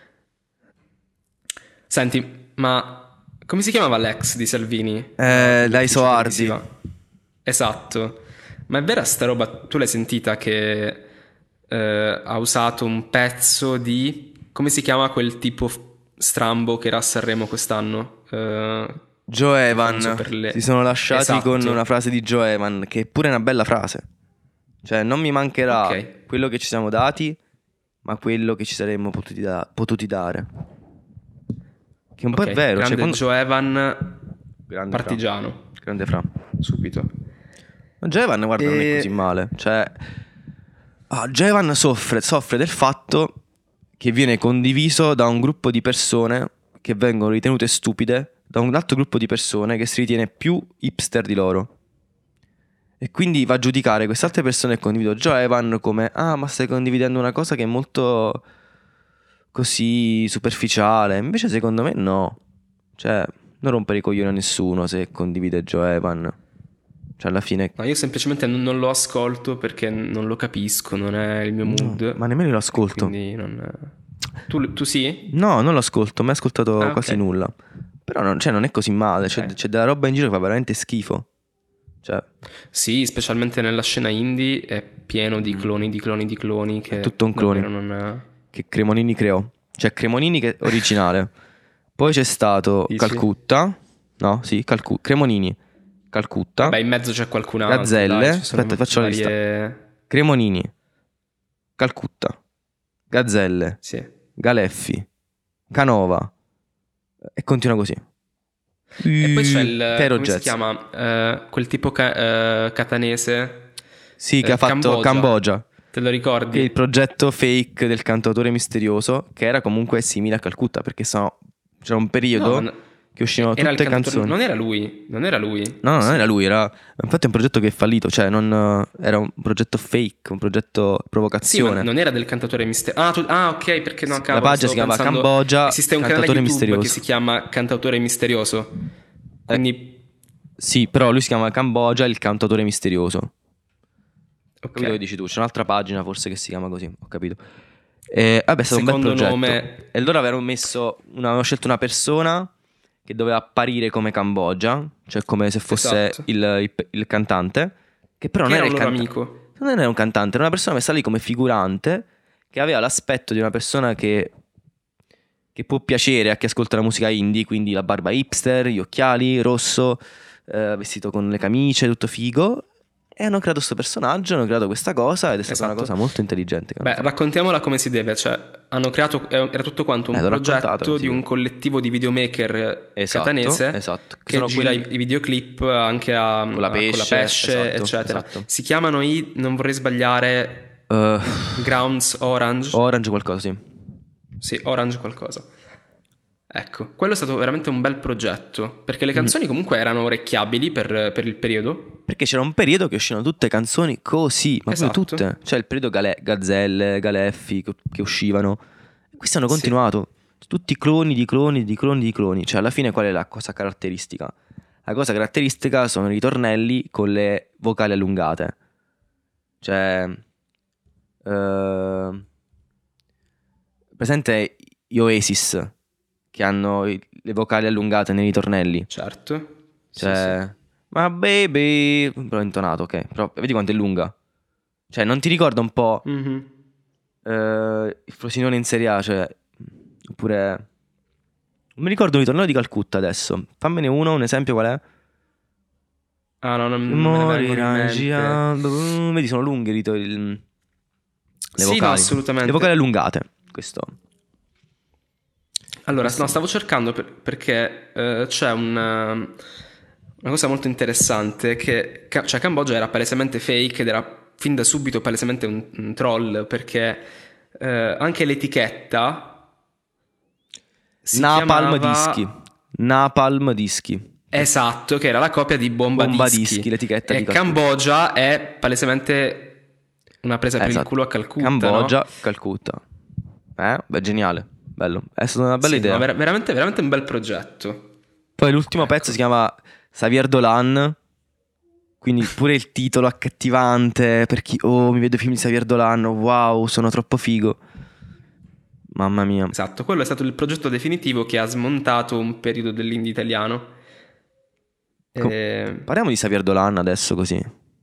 B: Senti, ma come si chiamava l'ex di Salvini? La
A: Dai
B: conduttrice
A: Soardi.
B: televisiva? Esatto. Ma è vera sta roba? Tu l'hai sentita che ha usato un pezzo di... Come si chiama quel tipo strambo che era a Sanremo quest'anno?
A: Joe
B: Che è famoso
A: Evan.
B: per
A: Si
B: le...
A: sono lasciati con una
B: Esatto.
A: frase di Joe Evan, che è pure una bella frase. Cioè, non mi mancherà
B: Ok.
A: quello che ci siamo dati, ma quello che ci saremmo potuti dare. Che un po' è
B: Ok,
A: vero. Cioè,
B: grande
A: quando...
B: Joe Evan,
A: Grande Fra.
B: partigiano,
A: Grande Fra.
B: subito.
A: Ma Jevan, guarda, non è così
B: E...
A: male. Cioè, Jevan soffre del fatto che viene condiviso da un gruppo di persone che vengono ritenute stupide, da un altro gruppo di persone che si ritiene più hipster di loro. E quindi va a giudicare queste altre persone che condividono Joe come: ah, ma stai condividendo una cosa che è molto così superficiale. Invece secondo me no. Cioè, non rompere i coglioni a nessuno se condivide Joe Evan. Cioè alla fine...
B: No, io semplicemente non lo ascolto perché non lo capisco, non è il mio mood.
A: Ma nemmeno io lo ascolto.
B: Quindi non... Tu sì?
A: No, non lo ascolto, mai ascoltato
B: Ah,
A: quasi
B: ok.
A: nulla. Però non è così male,
B: Ok.
A: c'è della roba in giro che fa veramente schifo. Cioè,
B: Sì, specialmente nella scena indie è pieno di cloni, di cloni, di cloni
A: è
B: che
A: tutto un clone
B: davvero non...
A: che Cremonini creò. Cioè, Cremonini che è originale. Poi c'è stato
B: Dici?
A: Calcutta. No, sì, Cremonini, Calcutta,
B: Vabbè, in mezzo c'è qualcun altro,
A: Gazzelle.
B: dai, ci sono
A: Aspetta, faccio la lista.
B: varie...
A: Cremonini, Calcutta, Gazzelle,
B: Sì.
A: Galeffi, Canova. E continua così.
B: E poi c'è
A: Tero
B: come si
A: Jazz.
B: chiama? Quel tipo catanese,
A: Sì, che ha fatto Cambogia,
B: te lo
A: che è il
B: ricordi?
A: progetto fake del cantautore misterioso, che era comunque simile a Calcutta, perché c'era un
B: No,
A: periodo che uscivano
B: era il
A: tutte
B: cantatore,
A: canzoni.
B: non era lui, non era lui.
A: No, non
B: Sì.
A: era lui, infatti è un progetto che è fallito, cioè era un progetto fake, un progetto
B: Sì, ma
A: provocazione.
B: non era del cantatore misterioso. Ok, perché no,
A: La
B: cavolo,
A: pagina
B: stavo
A: si chiama
B: pensando...
A: Cambogia,
B: Esiste un canale
A: cantautore
B: YouTube che
A: misterioso.
B: si chiama Cantautore Misterioso. Quindi,
A: Sì, però lui si chiama Cambogia, il cantautore misterioso. Ho capito che
B: ok.
A: dici tu, c'è un'altra pagina forse che si chiama così, ho capito. Vabbè, è stato un bel
B: Secondo
A: progetto.
B: nome...
A: E loro avevano scelto una persona che doveva apparire come Cambogia, cioè come se fosse
B: Esatto.
A: il cantante, che però
B: Che
A: non
B: era
A: era
B: un
A: il
B: loro
A: cantante.
B: amico.
A: Non era un cantante, era una persona messa lì come figurante, che aveva l'aspetto di una persona che può piacere a chi ascolta la musica indie, quindi la barba hipster, gli occhiali, rosso, vestito con le camicie, tutto figo. E hanno creato questo personaggio, hanno creato questa cosa ed è stata una
B: Esatto.
A: cosa molto intelligente che hanno
B: Beh,
A: fatto.
B: raccontiamola come si deve, cioè hanno creato, era tutto quanto un
A: L'ho raccontata,
B: progetto
A: così.
B: di un collettivo di videomaker
A: Esatto,
B: catanese
A: esatto. Che
B: che
A: sono
B: gira
A: quelli
B: i videoclip anche a,
A: con la
B: con la
A: pesce,
B: pesce,
A: esatto,
B: eccetera.
A: esatto.
B: Si chiamano non vorrei sbagliare, Grounds Orange.
A: Orange qualcosa, sì.
B: Sì, Orange qualcosa. Ecco, quello è stato veramente un bel progetto, perché le canzoni comunque erano orecchiabili per il periodo.
A: Perché c'era un periodo che uscivano tutte canzoni così, ma proprio
B: Esatto.
A: tutte. Cioè il periodo Gazzelle, Galeffi che uscivano. E questi hanno
B: Sì.
A: continuato. Tutti cloni di cloni di cloni di cloni. Cioè alla fine qual è la cosa caratteristica? La cosa caratteristica sono i ritornelli con le vocali allungate. Cioè... presente gli Oasis che hanno le vocali allungate nei ritornelli.
B: Certo. Sì,
A: Cioè,
B: sì.
A: ma baby, però intonato, ok. Però vedi quanto è lunga. Cioè, non ti ricorda un po'
B: Mhm.
A: il Frosinone in Serie A, cioè, oppure... Non mi ricordo un ritornello di Calcutta adesso. Fammene uno, un esempio qual è?
B: Ah no, non me ne vengono in mente.
A: Vedi, sono lunghe le
B: Sì, no,
A: vocali.
B: assolutamente.
A: Le vocali allungate. Questo.
B: Allora,
A: Questo.
B: no, stavo cercando perché c'è una cosa molto interessante che cioè Cambogia era palesemente fake ed era fin da subito palesemente un troll perché anche l'etichetta si
A: Napalm
B: chiamava...
A: Dischi. Napalm Dischi.
B: Esatto, che era la copia di Bomba
A: Bomba
B: Dischi.
A: Dischi, l'etichetta di
B: E
A: Calcutta.
B: Cambogia è palesemente una presa per il
A: Esatto.
B: culo a Calcutta,
A: Cambogia,
B: no?
A: Calcutta. Beh, geniale. Bello. È stata una bella
B: Sì, no,
A: idea.
B: veramente, veramente un bel progetto.
A: Poi l'ultimo
B: Ecco.
A: pezzo si chiama Xavier Dolan. Quindi pure il titolo accattivante per chi... Oh, mi vedo i film di Xavier Dolan. Wow, sono troppo figo. Mamma mia.
B: Esatto, quello è stato il progetto definitivo che ha smontato un periodo dell'indie italiano.
A: Parliamo di Xavier Dolan adesso così.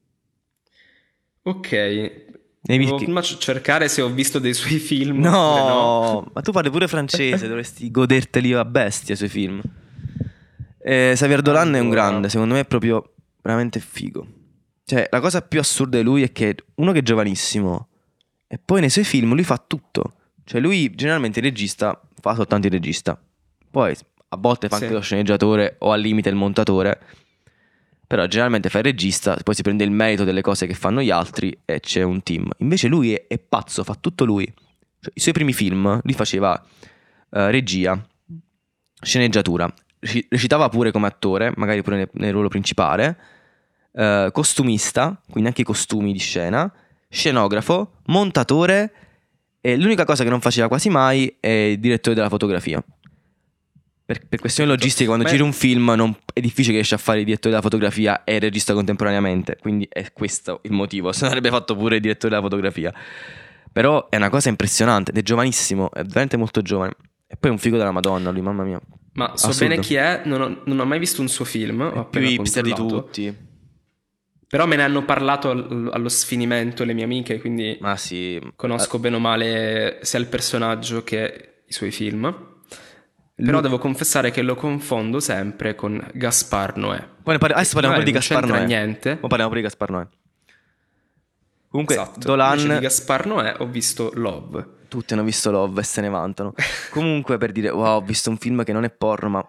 B: Ok,
A: Devi-
B: devo prima cercare se ho visto dei suoi film oppure no.
A: No, ma tu parli pure francese, dovresti goderteli a bestia i suoi film. Xavier Dolan è un
B: Allora.
A: grande, secondo me è proprio veramente figo. Cioè, la cosa più assurda di lui è che uno che è giovanissimo e poi nei suoi film lui fa tutto. Cioè, lui generalmente il regista fa soltanto il regista. Poi a volte fa anche
B: Sì.
A: lo sceneggiatore o al limite il montatore. Però generalmente fa il regista, poi si prende il merito delle cose che fanno gli altri e c'è un team. Invece lui è pazzo, fa tutto lui. Cioè, i suoi primi film li faceva regia, sceneggiatura, recitava pure come attore, magari pure nel ruolo principale, costumista, quindi anche i costumi di scena, scenografo, montatore e l'unica cosa che non faceva quasi mai è il direttore della fotografia. Per questioni logistiche, quando
B: Ma
A: giri un film è difficile che riesci a fare il direttore della fotografia e il regista contemporaneamente. Quindi è questo il motivo. Se no avrebbe fatto pure il direttore della fotografia. Però è una cosa impressionante. Ed è giovanissimo, è veramente molto giovane. E poi è un figo della Madonna, lui, mamma mia.
B: Ma so
A: Assurdo.
B: bene chi è, non ho mai visto un suo film, ho
A: È più
B: appena
A: hipster di
B: controllato.
A: tutti.
B: Però me ne hanno parlato allo sfinimento le mie amiche, quindi
A: Ma sì.
B: conosco bene o male sia il personaggio che i suoi film. Però devo confessare che lo confondo sempre con Gaspar Noè.
A: Adesso parliamo pure di
B: non
A: Gaspar
B: c'entra
A: Noè.
B: niente.
A: Ora parliamo pure di Gaspar Noè. Comunque,
B: Esatto. Invece di
A: Dolan,
B: Gaspar Noè ho visto Love.
A: tutti hanno visto Love e se ne vantano. Comunque, per dire, wow, ho visto un film che non è porno, ma...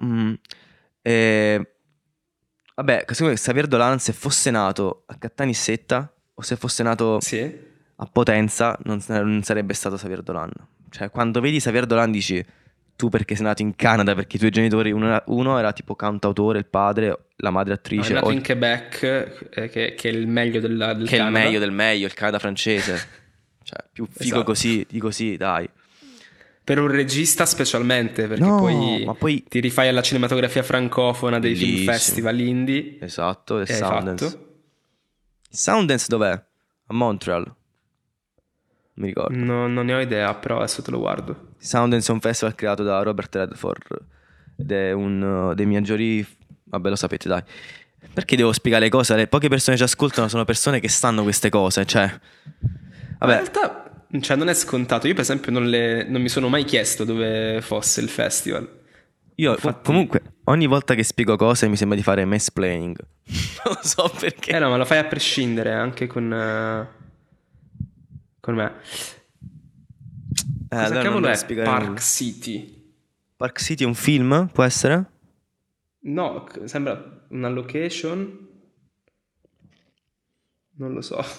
A: Vabbè, secondo me Xavier Dolan, se fosse nato a Caltanissetta o se fosse nato
B: Sì?
A: a Potenza, non sarebbe stato Xavier Dolan. Cioè, quando vedi Xavier Dolan dici, tu perché sei nato in Canada, perché i tuoi genitori, uno era tipo cantautore, il padre, la madre
B: È
A: attrice,
B: nato in Quebec, che è il meglio del
A: che è il
B: Canada.
A: meglio del meglio, il Canada francese. Cioè, più figo
B: Esatto.
A: di così, dai.
B: Per un regista specialmente, perché
A: No,
B: poi
A: ma poi...
B: ti rifai alla cinematografia francofona dei film
A: Bellissimo.
B: festival indie.
A: Esatto, è
B: E hai
A: Sundance.
B: fatto?
A: Il Sundance dov'è? A Montreal. Non mi ricordo.
B: Non ne ho idea, però adesso te lo guardo.
A: Sundance è un festival creato da Robert Redford ed è uno dei maggiori... Vabbè, lo sapete, dai. Perché devo spiegare le cose? Le poche persone che ci ascoltano sono persone che sanno queste cose, cioè...
B: Ma in
A: Vabbè,
B: realtà, cioè, non è scontato. Io, per esempio, non mi sono mai chiesto dove fosse il festival.
A: io
B: Infatti...
A: comunque ogni volta che spiego cose mi sembra di fare mansplaining. Non so perché.
B: no, ma lo fai a prescindere anche con me. Cosa
A: Allora non
B: cavolo
A: devo
B: è
A: spiegare
B: Park
A: nulla.
B: City?
A: Park City è un film? Può essere?
B: No, sembra una location. Non lo so.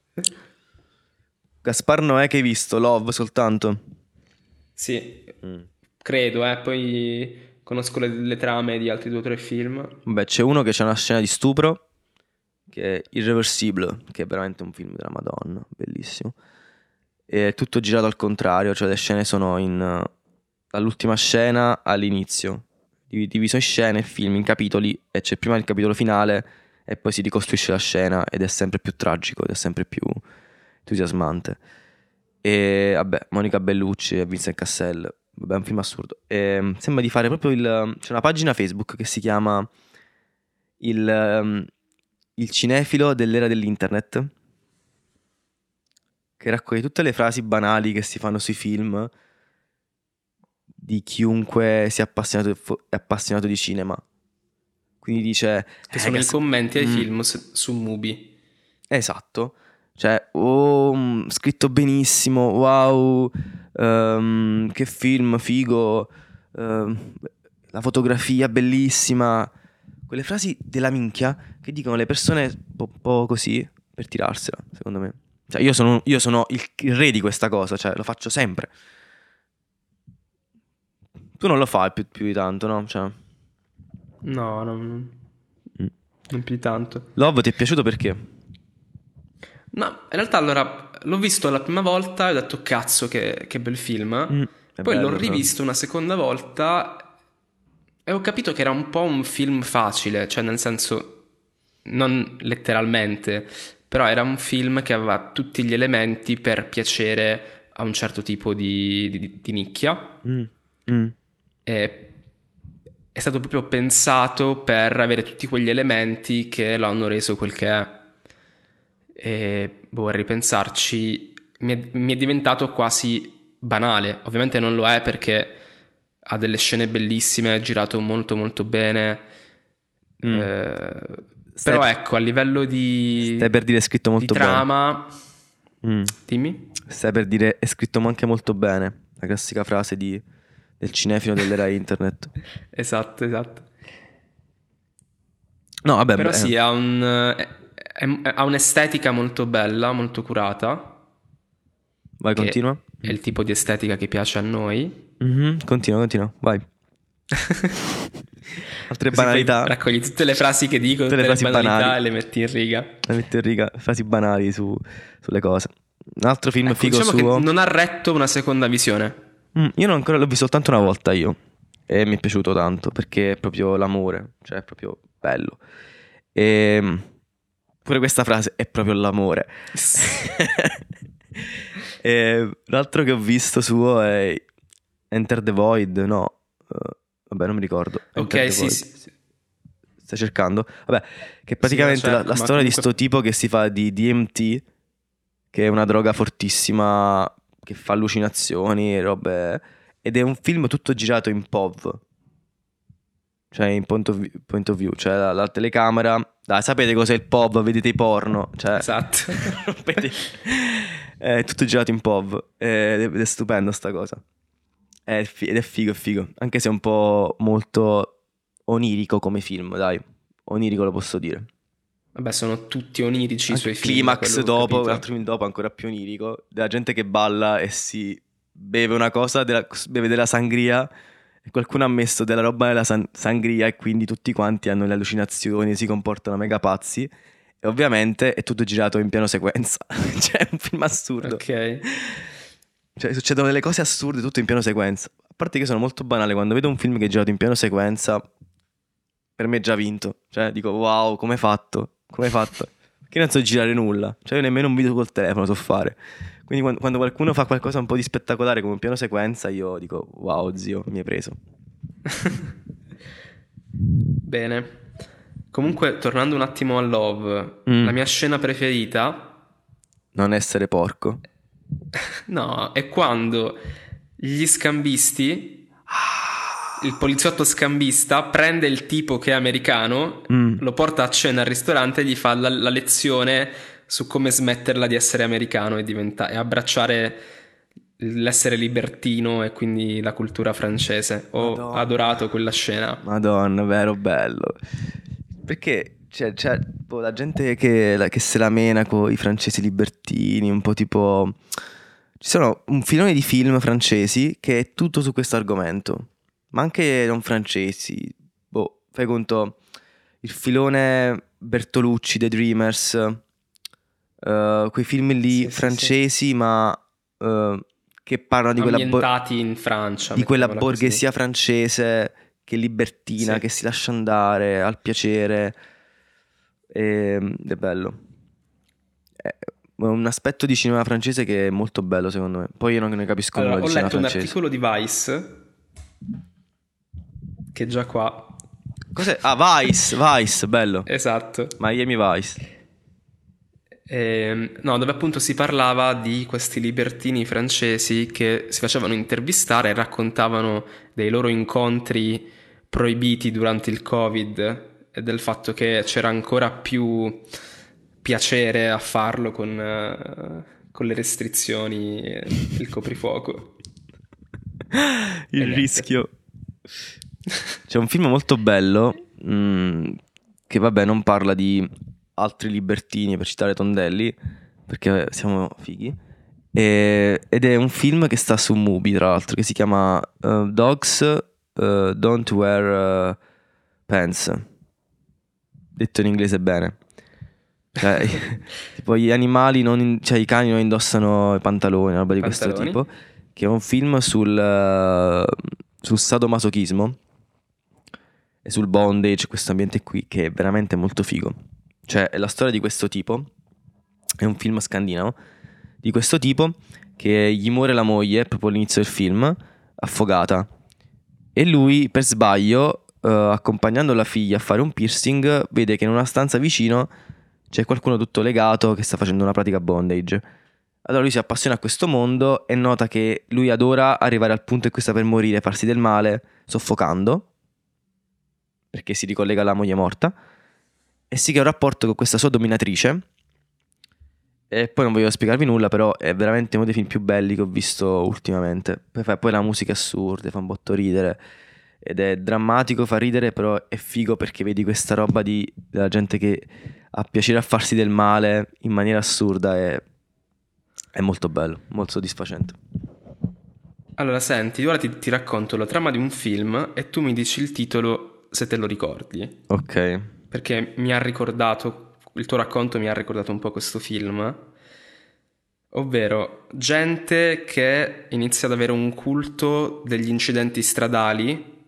A: Gaspar Noè che hai visto? Love soltanto?
B: Sì, credo, poi conosco le trame di altri 2 o 3 film.
A: Vabbè, c'è uno che c'è una scena di stupro che è Irreversible, che è veramente un film della Madonna, bellissimo. È tutto girato al contrario, cioè le scene sono dall'ultima scena all'inizio, diviso in scene il film, in capitoli, e c'è prima il capitolo finale e poi si ricostruisce la scena ed è sempre più tragico ed è sempre più entusiasmante. E vabbè, Monica Bellucci e Vincent Cassel, vabbè, è un film assurdo. E, sembra di fare proprio c'è una pagina Facebook che si chiama il cinefilo dell'era dell'internet, che raccoglie tutte le frasi banali che si fanno sui film di chiunque sia appassionato di cinema. Quindi dice...
B: Che sono i commenti ai film su Mubi.
A: Esatto. Cioè, scritto benissimo, wow, che film, figo, la fotografia bellissima. Quelle frasi della minchia che dicono le persone un po' così per tirarsela, secondo me. Cioè, io sono il re di questa cosa, cioè, lo faccio sempre. Tu non lo fai più di tanto, no? Cioè...
B: No, non più di tanto.
A: Love ti è piaciuto perché?
B: No, in realtà allora l'ho visto la prima volta e ho detto cazzo che bel film.
A: È
B: Poi
A: bello,
B: l'ho
A: però.
B: rivisto una seconda volta e ho capito che era un po' un film facile, cioè nel senso non letteralmente, però era un film che aveva tutti gli elementi per piacere a un certo tipo di nicchia. E è stato proprio pensato per avere tutti quegli elementi che lo hanno reso quel che è. E a ripensarci mi è diventato quasi banale. Ovviamente non lo è perché ha delle scene bellissime, è girato molto molto bene. Però ecco, a livello di
A: Stai per dire è scritto molto bene.
B: trama, dimmi.
A: Stai per dire è scritto anche molto bene. La classica frase del cinefilo dell'era internet.
B: Esatto.
A: No, vabbè,
B: Però sì, ha un'estetica molto bella, molto curata.
A: Vai,
B: che
A: continua.
B: È il tipo di estetica che piace a noi.
A: Continua, vai. Altre
B: Così
A: banalità.
B: poi raccogli tutte le frasi che dico, tutte le
A: frasi
B: banalità
A: banali.
B: e le metti in riga.
A: La metto in riga, frasi banali sulle cose. Un altro film
B: Ecco,
A: figo
B: diciamo
A: suo.
B: che non ha retto una seconda visione.
A: Io non ancora l'ho visto soltanto una volta io. e mi è piaciuto tanto perché è proprio l'amore, cioè è proprio bello. E pure questa frase è proprio l'amore. E l'altro che ho visto suo è Enter the Void, no, vabbè non mi ricordo. Enter
B: Ok,
A: the
B: sì,
A: Void.
B: sì, sì.
A: Stai cercando? Vabbè, che
B: Sì, la
A: praticamente la
B: cerco, ma
A: storia di
B: comunque
A: sto tipo che si fa di DMT, che è una droga fortissima che fa allucinazioni e robe. Ed è un film tutto girato in POV, cioè in point of view, cioè la telecamera. Dai, sapete cos'è il POV? Vedete i porno, cioè
B: esatto.
A: rompete- è tutto girato in POV ed è stupendo sta cosa. Ed è figo, è figo, anche se è un po' molto onirico come film, dai. Onirico lo posso dire.
B: Vabbè, sono tutti onirici i
A: Anche
B: suoi
A: il
B: film, da
A: climax
B: quello che ho
A: dopo, un altro
B: capito.
A: film dopo ancora più onirico, della gente che balla e si beve una cosa, beve della sangria e qualcuno ha messo della roba nella sangria e quindi tutti quanti hanno le allucinazioni, si comportano mega pazzi e ovviamente è tutto girato in piano sequenza, cioè è un film assurdo.
B: Ok.
A: Cioè succedono delle cose assurde tutto in piano sequenza. A parte che sono molto banale, quando vedo un film che è girato in piano sequenza, per me è già vinto. Cioè dico wow, come hai fatto? Come hai fatto? Che non so girare nulla. Cioè io nemmeno un video col telefono so fare. Quindi quando qualcuno fa qualcosa un po' di spettacolare come un piano sequenza, io dico wow zio, mi hai preso.
B: Bene. Comunque, tornando un attimo a Love, la
A: Mm,
B: mia scena preferita,
A: non essere porco.
B: no, è quando gli scambisti, il poliziotto scambista, prende il tipo che è americano,
A: Mm,
B: lo porta a cena al ristorante e gli fa la lezione su come smetterla di essere americano e abbracciare l'essere libertino e quindi la cultura francese. Ho
A: Madonna.
B: adorato quella scena.
A: Madonna, vero bello. Perché c'è boh, la gente che se la mena con i francesi libertini, un po' tipo. Ci sono un filone di film francesi che è tutto su questo argomento. Ma anche non francesi. Boh, fai conto. Il filone Bertolucci, The Dreamers. Quei film lì
B: Sì, sì, sì.
A: francesi, ma che parlano
B: Ambientati in Francia,
A: di quella
B: mettiamola così.
A: borghesia francese che è libertina,
B: Sì.
A: che si lascia andare al piacere. Ed è bello. È un aspetto di cinema francese che è molto bello, secondo me. Poi io non ne capisco nulla
B: Allora,
A: di
B: ho
A: cinema
B: letto un
A: francese.
B: articolo di Vice che già qua.
A: Cos'è? Ah, Vice, Vice, bello.
B: Esatto.
A: Miami Vice.
B: No, dove appunto si parlava di questi libertini francesi che si facevano intervistare e raccontavano dei loro incontri proibiti durante il Covid e del fatto che c'era ancora più piacere a farlo con le restrizioni e il coprifuoco. E
A: Il
B: niente.
A: rischio. C'è un film molto bello che vabbè non parla di altri libertini per citare Tondelli perché siamo fighi ed è un film che sta su Mubi tra l'altro che si chiama Dogs Don't Wear Pants, detto in inglese bene, cioè tipo gli animali cioè i cani non indossano i pantaloni, una roba di questo
B: Pantaloni.
A: tipo, che è un film sul sadomasochismo e sul bondage, questo ambiente qui, che è veramente molto figo. Cioè, è la storia di questo tipo, è un film scandinavo, di questo tipo che gli muore la moglie proprio all'inizio del film, affogata. E lui, per sbaglio, accompagnando la figlia a fare un piercing, vede che in una stanza vicino c'è qualcuno tutto legato che sta facendo una pratica bondage. Allora lui si appassiona a questo mondo e nota che lui adora arrivare al punto in cui sta per morire, farsi del male, soffocando, perché si ricollega alla moglie morta, e si crea un rapporto con questa sua dominatrice. E poi non voglio spiegarvi nulla, però è veramente uno dei film più belli che ho visto ultimamente. Poi la musica è assurda, fa un botto ridere. Ed è drammatico, fa ridere, però è figo perché vedi questa roba della gente che ha piacere a farsi del male in maniera assurda. È molto bello, molto soddisfacente.
B: Allora, senti, ora ti racconto la trama di un film e tu mi dici il titolo se te lo ricordi.
A: Ok.
B: Perché mi ha ricordato, il tuo racconto mi ha ricordato un po' questo film, ovvero gente che inizia ad avere un culto degli incidenti stradali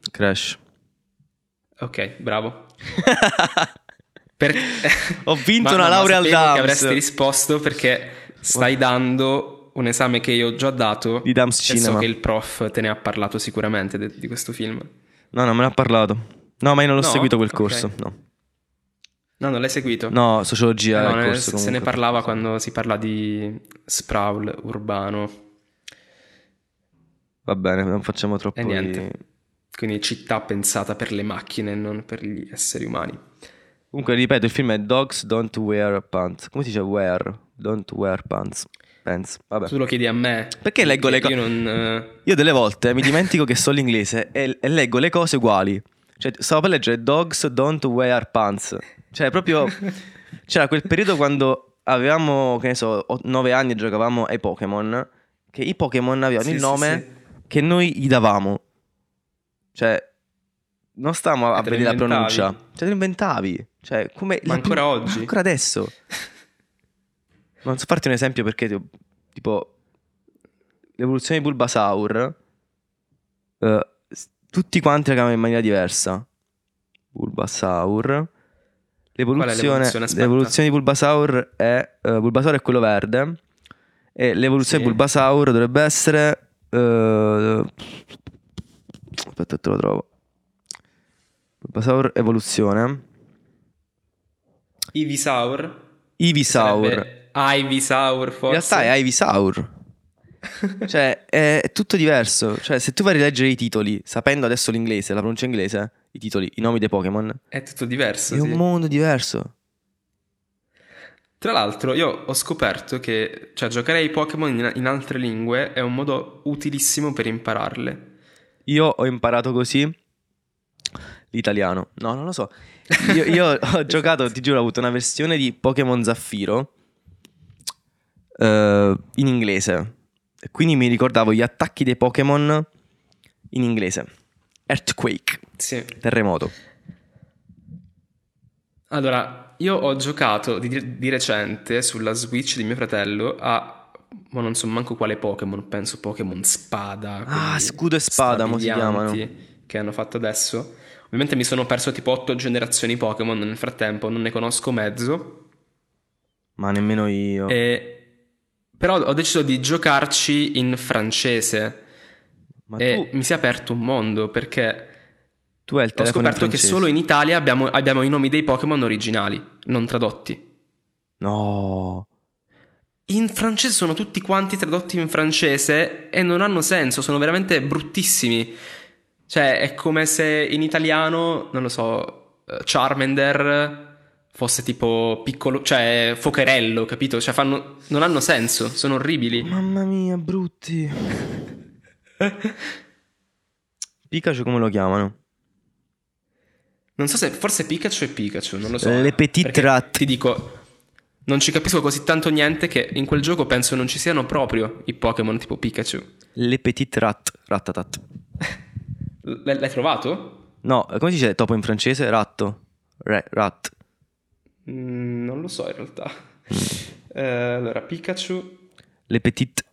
A: Crash.
B: Ok, bravo. Per-
A: Ho vinto
B: Ma
A: una laurea al
B: sapevo
A: DAMS.
B: che avresti risposto perché stai dando un esame che io ho già dato
A: Di DAMS
B: e so
A: Cinema.
B: che il prof te ne ha parlato sicuramente di questo film.
A: No, non me ne ha parlato. No, ma io non l'ho
B: No?
A: seguito quel
B: Ok.
A: corso. No,
B: No, non l'hai seguito?
A: no, sociologia è
B: No,
A: il corso
B: se ne
A: comunque.
B: parlava quando si parla di sprawl urbano
A: Va bene, non facciamo
B: e
A: troppo
B: niente. Quindi città pensata per le macchine, non per gli esseri umani.
A: Comunque, ripeto, il film è Dogs Don't Wear Pants. Come si dice wear? Don't wear pants. Pants. Vabbè.
B: Tu lo chiedi a me.
A: Perché leggo le cose?
B: Io non...
A: Io delle volte mi dimentico che so l'inglese e leggo le cose uguali. Cioè, stavo per leggere Dogs Don't Wear Pants. Cioè, proprio... C'era quel periodo quando avevamo, che ne so, 9 anni e giocavamo ai Pokémon, che i Pokémon avevano
B: Sì,
A: il
B: sì,
A: nome
B: sì.
A: che noi gli davamo. Cioè, non stavamo a
B: Te lo
A: vedere la
B: inventavi.
A: pronuncia. Cioè, te lo inventavi. Cioè, come
B: Ma ancora
A: ma
B: oggi?
A: ancora adesso. Non so farti un esempio perché, tipo, l'evoluzione di Bulbasaur, tutti quanti la chiamano in maniera diversa. Bulbasaur.
B: Qual è l'evoluzione? Aspetta.
A: L'evoluzione di Bulbasaur è... Bulbasaur è quello verde. E l'evoluzione
B: Sì.
A: di Bulbasaur dovrebbe essere... aspetta, te lo trovo. Bulbasaur evoluzione.
B: Ivysaur?
A: Ivysaur.
B: Sarebbe Ivysaur,
A: In
B: forse?
A: realtà è Ivysaur. Cioè, è tutto diverso. Cioè, se tu vai a rileggere i titoli, sapendo adesso l'inglese, la pronuncia inglese, i titoli, i nomi dei Pokémon,
B: È tutto diverso,
A: è un
B: sì.
A: mondo diverso.
B: Tra l'altro, io ho scoperto che, cioè, giocare ai Pokémon in altre lingue è un modo utilissimo per impararle.
A: Io ho imparato così l'italiano. No, non lo so. Io ho giocato, ti giuro, ho avuto una versione di Pokémon Zaffiro in inglese. E quindi mi ricordavo gli attacchi dei Pokémon in inglese. Earthquake,
B: Sì.
A: terremoto.
B: Allora, io ho giocato di recente sulla Switch di mio fratello ma non so manco quale Pokémon, penso Pokémon Spada,
A: Ah,
B: quelli
A: scudo e spada, mo si chiamano.
B: strabilianti che hanno fatto adesso. Ovviamente mi sono perso tipo 8 generazioni Pokémon nel frattempo, non ne conosco mezzo.
A: Ma nemmeno io.
B: Però ho deciso di giocarci in francese
A: Ma
B: e mi si è aperto un mondo perché
A: tu hai il
B: ho
A: telefono in
B: scoperto che
A: francese.
B: solo in Italia abbiamo i nomi dei Pokémon originali, non tradotti.
A: No.
B: In francese sono tutti quanti tradotti in francese e non hanno senso, sono veramente bruttissimi. Cioè, è come se in italiano, non lo so, Charmander fosse tipo piccolo, cioè Focherello, capito? Cioè non hanno senso, sono orribili.
A: Mamma mia, brutti. Pikachu come lo chiamano?
B: Non so se forse Pikachu è Pikachu, non lo so.
A: Le Petit
B: Perché
A: Rat.
B: ti dico, non ci capisco così tanto niente che in quel gioco penso non ci siano proprio i Pokémon tipo Pikachu.
A: Le Petit Rat. Rattatat.
B: L'hai trovato?
A: No, come si dice topo in francese? Ratto. Rat.
B: Non lo so in realtà. Allora, Pikachu.
A: Le Petit.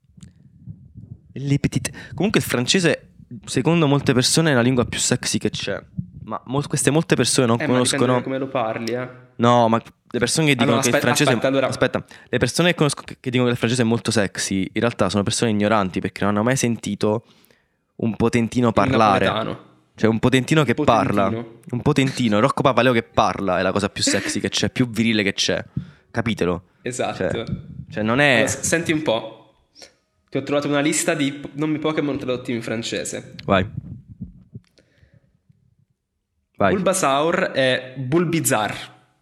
A: Le Petit. Comunque il francese, secondo molte persone, è la lingua più sexy che c'è. Ma queste molte persone non
B: Ma
A: conoscono.
B: dipende da come lo parli, eh.
A: No, ma le persone che dicono
B: no,
A: che il francese.
B: aspetta, allora.
A: Aspetta, le persone che conosco che dicono che il francese è molto sexy, in realtà sono persone ignoranti perché non hanno mai sentito un potentino parlare.
B: Napoletano.
A: Cioè, un potentino che
B: Potentino.
A: parla. Un potentino, Rocco Papaleo che parla è la cosa più sexy che c'è, più virile che c'è. Capitelo?
B: Esatto.
A: Cioè non è.
B: Allora, senti un po'. Ti ho trovato una lista di nomi Pokémon tradotti in francese.
A: Vai. Vai.
B: Bulbasaur è Bulbizarre.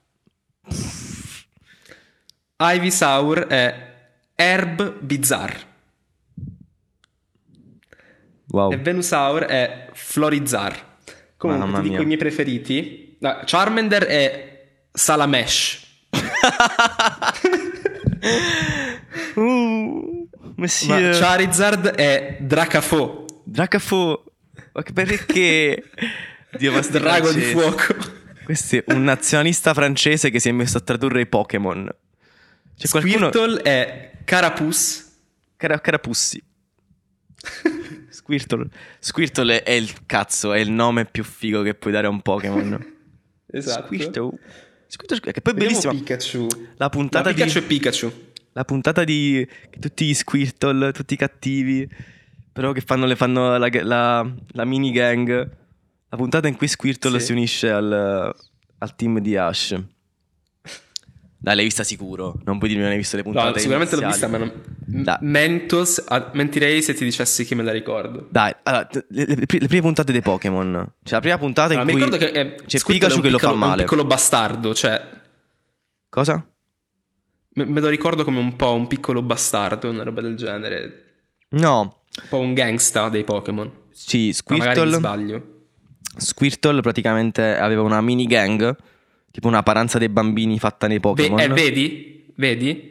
B: Ivysaur è Herb Bizarre.
A: Wow.
B: E Venusaur è Florizarre. Comunque
A: Mamma
B: ti dico
A: mia.
B: i miei preferiti. No, Charmander è Salamesh. Ma
A: Monsieur.
B: Charizard è Dracafo.
A: Dracafo. Ma perché? Dio, ma sti
B: Drago di
A: francesi.
B: fuoco.
A: Questo è un nazionalista francese che si è messo a tradurre i Pokémon. C'è qualcuno.
B: Squirtle è Carapuce.
A: Carapussi. Squirtle è il cazzo, è il nome più figo che puoi dare a un Pokémon.
B: Esatto.
A: Squirtle, che poi è
B: Vediamo
A: bellissima.
B: Pikachu.
A: La puntata
B: Pikachu
A: di
B: e Pikachu.
A: La puntata di tutti gli Squirtle, tutti i cattivi, però che fanno la mini gang. La puntata in cui Squirtle
B: Sì.
A: si unisce al team di Ash. Dai, l'hai vista sicuro. Non puoi dirmi che non hai visto le puntate
B: No, sicuramente l'ho
A: iniziali.
B: vista, ma
A: Dai.
B: mentirei se ti dicessi che me la ricordo.
A: Dai, allora, le prime puntate dei Pokémon. Cioè, la prima puntata in
B: Allora, mi
A: cui
B: ricordo che
A: c'è
B: Squirtle
A: Pikachu che lo fa
B: è un
A: male.
B: piccolo bastardo, cioè
A: Cosa?
B: me lo ricordo come un po' un piccolo bastardo, una roba del genere.
A: No,
B: Un po' un gangsta dei Pokémon.
A: sì,
B: Ma magari mi
A: Squirtle.
B: sbaglio.
A: Squirtle praticamente aveva una mini gang, tipo una paranza dei bambini fatta nei Pokémon,
B: Vedi? Vedi?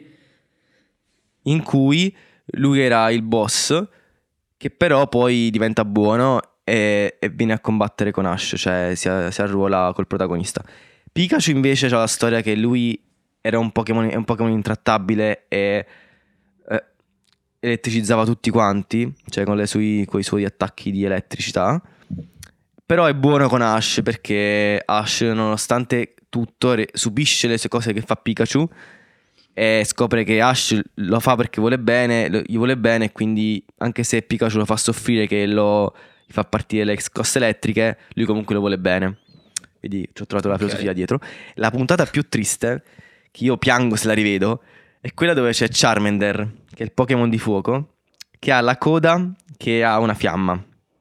A: in cui lui era il boss, che però poi diventa buono e viene a combattere con Ash, cioè si arruola col protagonista. Pikachu invece c'ha la storia che lui era è un Pokémon intrattabile e elettricizzava tutti quanti, cioè con i suoi attacchi di elettricità. Però è buono con Ash perché Ash, nonostante tutto, subisce le sue cose che fa Pikachu e scopre che Ash lo fa perché vuole bene, gli vuole bene, e quindi anche se Pikachu lo fa soffrire, che gli fa partire le scosse elettriche, lui comunque lo vuole bene. Vedi, ci ho trovato la
B: Ok.
A: filosofia dietro. La puntata più triste, che io piango se la rivedo, è quella dove c'è Charmander, che è il Pokémon di fuoco, che ha la coda che ha una fiamma.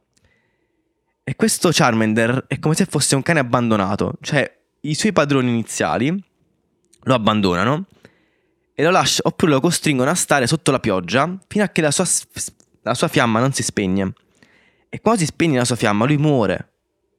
A: E questo Charmander è come se fosse un cane abbandonato. Cioè, i suoi padroni iniziali lo abbandonano e lo lasciano, oppure lo costringono a stare sotto la pioggia fino a che la sua fiamma non si spegne. E quando si spegne la sua fiamma, lui muore.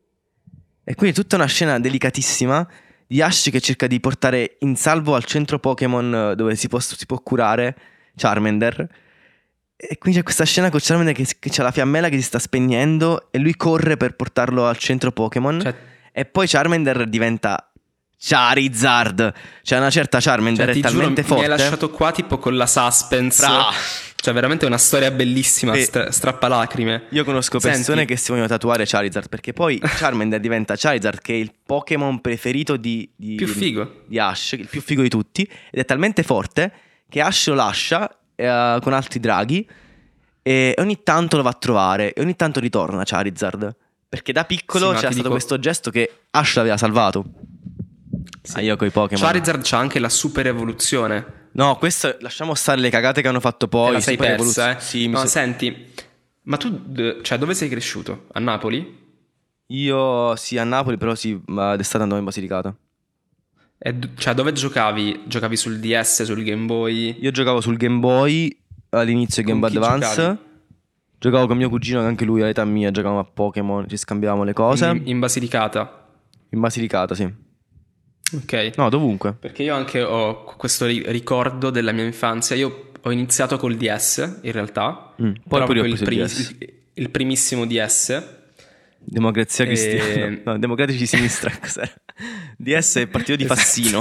A: E quindi è tutta una scena delicatissima di Ash che cerca di portare in salvo al centro Pokémon dove si può curare Charmander. E quindi c'è questa scena con Charmander che c'ha la fiammella che si sta spegnendo e lui corre per portarlo al centro Pokémon.
B: Cioè,
A: E poi Charmander diventa Charizard. Cioè una certa Charmander è
B: ti giuro,
A: talmente
B: mi
A: forte.
B: hai lasciato qua tipo con la suspense.
A: Bra.
B: Cioè, veramente una storia bellissima,
A: E-
B: strappalacrime.
A: Io conosco persone
B: Senti,
A: che si vogliono tatuare Charizard perché poi Charmander diventa Charizard, che è il Pokémon preferito
B: più figo.
A: di Ash, il più figo di tutti, ed è talmente forte che Ash lo lascia con altri draghi e ogni tanto lo va a trovare e ogni tanto ritorna Charizard, perché da piccolo
B: Sì, ma
A: c'era
B: ti
A: stato
B: dico-
A: questo gesto che Ash l'aveva salvato.
B: Sì.
A: Io coi Pokémon.
B: Charizard c'ha anche la super evoluzione.
A: No, questo lasciamo stare le cagate che hanno fatto poi.
B: Te la sei
A: super
B: persa,
A: evoluzione. Sì,
B: No, senti, ma tu, cioè, dove sei cresciuto? A Napoli?
A: io sì a Napoli, però sì, ma d'estate andavo in Basilicata.
B: Cioè, dove giocavi? Giocavi sul DS, sul Game Boy?
A: Io giocavo sul Game Boy, all'inizio Game
B: Con
A: Boy
B: chi
A: Advance.
B: giocavi?
A: Giocavo con mio cugino, che anche lui all'età mia, giocavamo a Pokémon, ci scambiavamo le cose.
B: In Basilicata?
A: In Basilicata, sì.
B: Ok.
A: No, dovunque.
B: Perché io anche ho questo ricordo della mia infanzia. Io ho iniziato col DS, in realtà.
A: Poi
B: Però
A: pure io ho
B: proprio
A: preso il DS.
B: il primissimo DS.
A: Democrazia
B: E-
A: cristiana. No, democratici di sinistra. Cos'era? DS è il partito di
B: Esatto.
A: Fassino.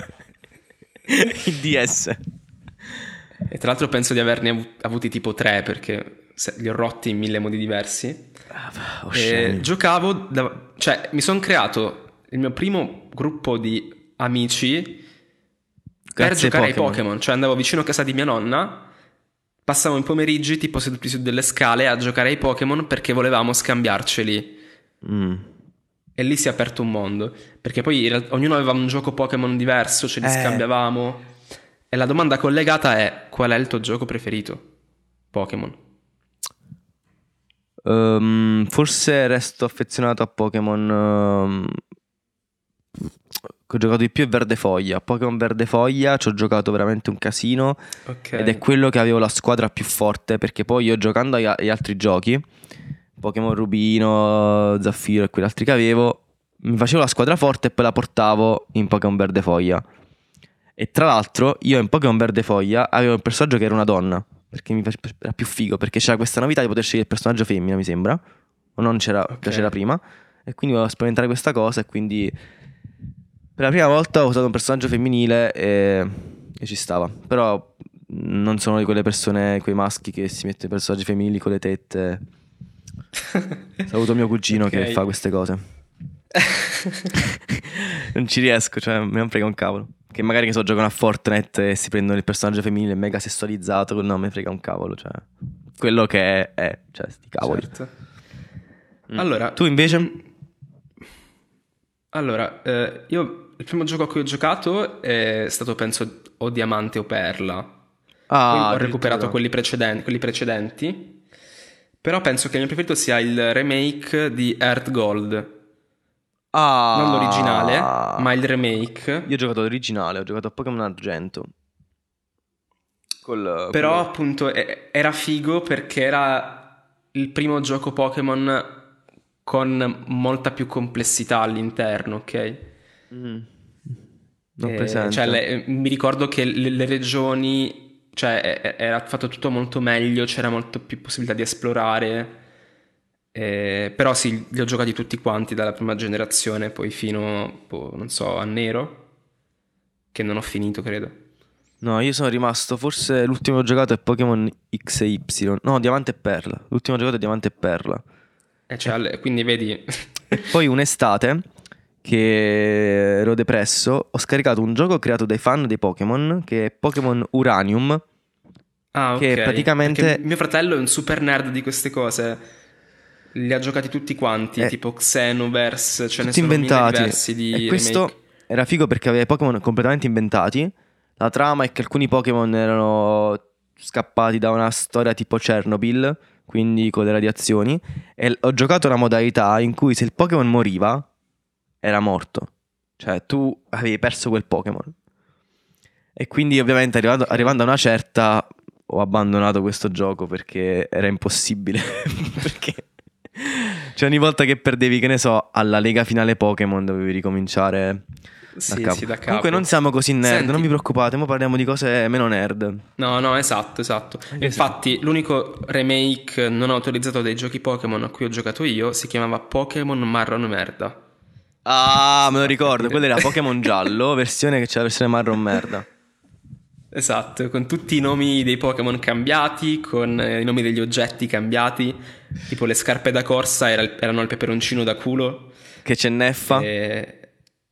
A: Il DS.
B: E tra l'altro penso di averne avuti tipo 3, perché li ho rotti in 1000 modi diversi.
A: Osceni.
B: Giocavo, cioè mi sono creato il mio primo gruppo di amici per
A: Grazie ai
B: giocare ai
A: Pokémon.
B: Pokémon. Cioè andavo vicino a casa di mia nonna, passavo i pomeriggi tipo seduti su delle scale a giocare ai Pokémon perché volevamo scambiarceli.
A: Mm.
B: E lì si è aperto un mondo. Perché poi in realtà ognuno aveva un gioco Pokémon diverso, ce li scambiavamo. E la domanda collegata è: qual è il tuo gioco preferito? Pokémon.
A: Forse resto affezionato a Pokémon. Che ho giocato di più è Verde Foglia. Pokémon Verde Foglia ci ho giocato veramente un casino.
B: Ok.
A: Ed è quello che avevo la squadra più forte. Perché poi io giocando agli altri giochi, Pokémon Rubino, Zaffiro e quegli altri che avevo, mi facevo la squadra forte e poi la portavo in Pokémon Verde Foglia. E tra l'altro io in Pokémon Verde Foglia avevo un personaggio che era una donna, perché era più figo, perché c'era questa novità di poter scegliere il personaggio femmina, mi sembra. O non c'era, già c'era prima. E quindi volevo sperimentare questa cosa e quindi per la prima volta ho usato un personaggio femminile e ci stava. Però non sono di quelle persone, quei maschi che si mettono i personaggi femminili con le tette. Saluto mio cugino che
B: Ok.
A: fa queste cose. Non ci riesco, cioè me non frega un cavolo. Che magari che so giocano a Fortnite e si prendono il personaggio femminile mega sessualizzato, no, me frega un cavolo, cioè quello che è, cioè sti cavoli.
B: Certo.
A: Mm.
B: Allora,
A: Tu invece?
B: allora, io il primo gioco a cui ho giocato è stato, penso, o Diamante o Perla. Poi
A: Ah,
B: ho recuperato
A: addirittura.
B: quelli precedenti. Però penso che il mio preferito sia il remake di Earth Gold. Non l'originale,
A: Ah,
B: ma il remake.
A: io ho giocato l'originale, ho giocato a Pokémon Argento.
B: Però appunto era figo perché era il primo gioco Pokémon con molta più complessità all'interno, ok?
A: Mm. Non presente.
B: Cioè, mi ricordo che le regioni, cioè, era fatto tutto molto meglio, c'era molto più possibilità di esplorare. Però sì, li ho giocati tutti quanti dalla prima generazione, poi fino, boh, non so, a Nero, che non ho finito, credo.
A: No, io sono rimasto, forse l'ultimo che ho giocato è Pokémon X e Y. No, Diamante e Perla. L'ultimo giocato è Diamante e Perla.
B: Cioè, quindi vedi.
A: E poi un'estate che ero depresso, ho scaricato un gioco creato dai fan dei Pokémon, che è Pokémon Uranium,
B: Ah,
A: che
B: ok. Perché
A: praticamente
B: mio fratello è un super nerd di queste cose. Li ha giocati tutti quanti,
A: è
B: tipo Xenoverse, ce ne
A: tutti
B: sono mille
A: inventati.
B: diversi
A: E
B: di remake.
A: questo era figo perché aveva i Pokémon completamente inventati. La trama è che alcuni Pokémon erano scappati da una storia tipo Chernobyl, quindi con le radiazioni. E ho giocato la modalità in cui se il Pokémon moriva, era morto. Cioè tu avevi perso quel Pokémon. E quindi ovviamente
B: Ok.
A: arrivando a una certa ho abbandonato questo gioco perché era impossibile. Perché cioè ogni volta che perdevi, che ne so, alla Lega Finale Pokémon dovevi ricominciare da
B: Sì,
A: capo.
B: sì, da
A: Comunque
B: capo.
A: non siamo così nerd, non
B: Senti,
A: vi preoccupate, ora parliamo di cose meno nerd.
B: no, no, esatto, esatto.
A: Anche se...
B: Infatti, l'unico remake non autorizzato dei giochi Pokémon a cui ho giocato io si chiamava Pokémon Marron Merda.
A: Ah,
B: Questo
A: me lo
B: fa
A: ricordo, quello
B: capire.
A: era Pokémon Giallo, versione che c'era la versione marron merda.
B: Esatto, con tutti i nomi dei Pokémon cambiati, con i nomi degli oggetti cambiati, tipo le scarpe da corsa erano il peperoncino da culo.
A: Che c'è Neffa,
B: E...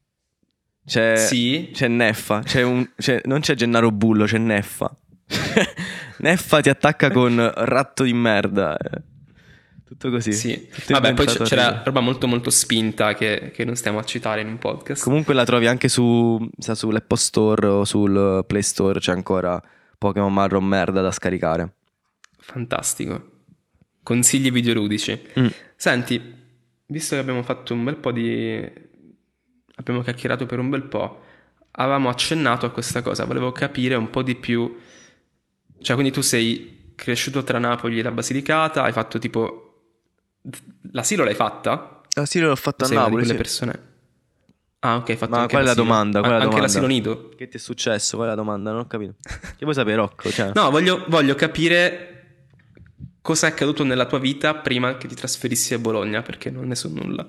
A: c'è,
B: Sì,
A: c'è Neffa, non c'è Gennaro Bullo, c'è Neffa. Neffa ti attacca con ratto di merda. Tutto così,
B: sì.
A: tutto
B: Vabbè, poi
A: inventato a
B: c'era
A: ridere.
B: roba molto molto spinta che non stiamo a citare in un podcast.
A: Comunque la trovi anche sull'Apple Store o sul Play Store, c'è ancora Pokémon marron merda da scaricare.
B: Fantastico. Consigli videoludici.
A: Mm.
B: Senti, visto che abbiamo fatto un bel po' di... abbiamo chiacchierato per un bel po', avevamo accennato a questa cosa, volevo capire un po' di più. Cioè, quindi tu sei cresciuto tra Napoli e la Basilicata, hai fatto tipo... L'asilo l'hai fatta?
A: Ah sì, l'ho fatto
B: O
A: a
B: sei una di
A: Napoli,
B: quelle
A: sì.
B: persone? Ah, ok, hai fatto
A: Ma
B: anche
A: qual è la
B: l'asilo.
A: domanda? Qual è la
B: Anche
A: domanda?
B: l'asilo nido?
A: Che ti è successo? Qual è la domanda? Non ho capito. Che vuoi sapere, Rocco? Cioè...
B: No, voglio capire cosa è accaduto nella tua vita prima che ti trasferissi a Bologna, perché non ne so nulla.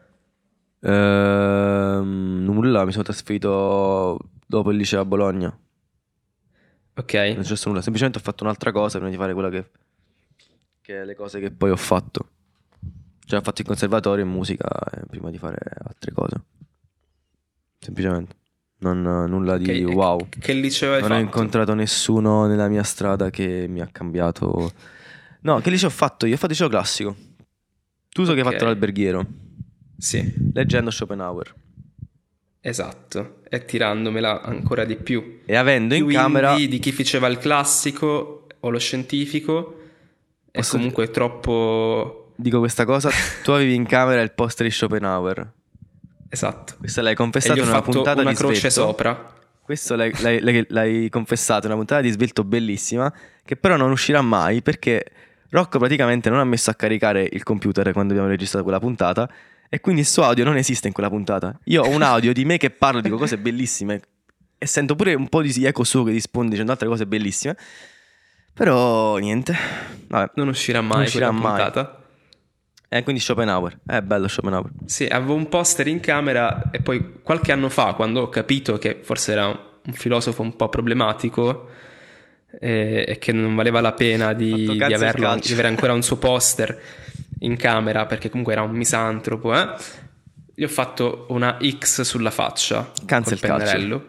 A: Nulla, mi sono trasferito dopo il liceo a Bologna. Non
B: Ok,
A: è successo nulla, semplicemente ho fatto un'altra cosa prima di fare quella che le cose che poi ho fatto. Cioè ho fatto il conservatorio in musica prima di fare altre cose. Semplicemente. Nulla
B: ok.
A: di
B: E
A: wow.
B: che liceo hai
A: Non ho
B: fatto?
A: incontrato nessuno nella mia strada che mi ha cambiato. No, che liceo ho fatto io? Ho fatto il liceo classico. Tu so che hai
B: Ok,
A: fatto l'alberghiero.
B: sì,
A: Leggendo Schopenhauer.
B: esatto. E tirandomela ancora di più.
A: E avendo in
B: Più
A: camera...
B: indie di chi faceva il classico o lo scientifico è
A: Posso
B: comunque troppo...
A: dico questa cosa, tu avevi in camera il poster di Schopenhauer.
B: Esatto.
A: Questa l'hai
B: E gli
A: confessato
B: ho
A: in una
B: fatto
A: puntata
B: una
A: di
B: croce
A: Svelto.
B: sopra.
A: Questo l'hai confessato in una puntata di Svelto bellissima, che però non uscirà mai perché Rocco praticamente non ha messo a caricare il computer quando abbiamo registrato quella puntata e quindi il suo audio non esiste in quella puntata. Io ho un audio di me che parlo, dico cose bellissime e sento pure un po' di eco suo che risponde dicendo altre cose bellissime. Però niente, vabbè,
B: Non uscirà
A: non
B: mai
A: uscirà
B: quella
A: mai.
B: puntata.
A: Quindi Schopenhauer, è bello Schopenhauer.
B: Sì, avevo un poster in camera e poi qualche anno fa, quando ho capito che forse era un filosofo un po' problematico e che non valeva la pena
A: Fatto
B: di
A: cazzo il
B: averlo, di
A: calcio.
B: avere ancora un suo poster, in camera, perché comunque era un misantropo, gli ho fatto una X sulla faccia
A: Cancel
B: col pennarello.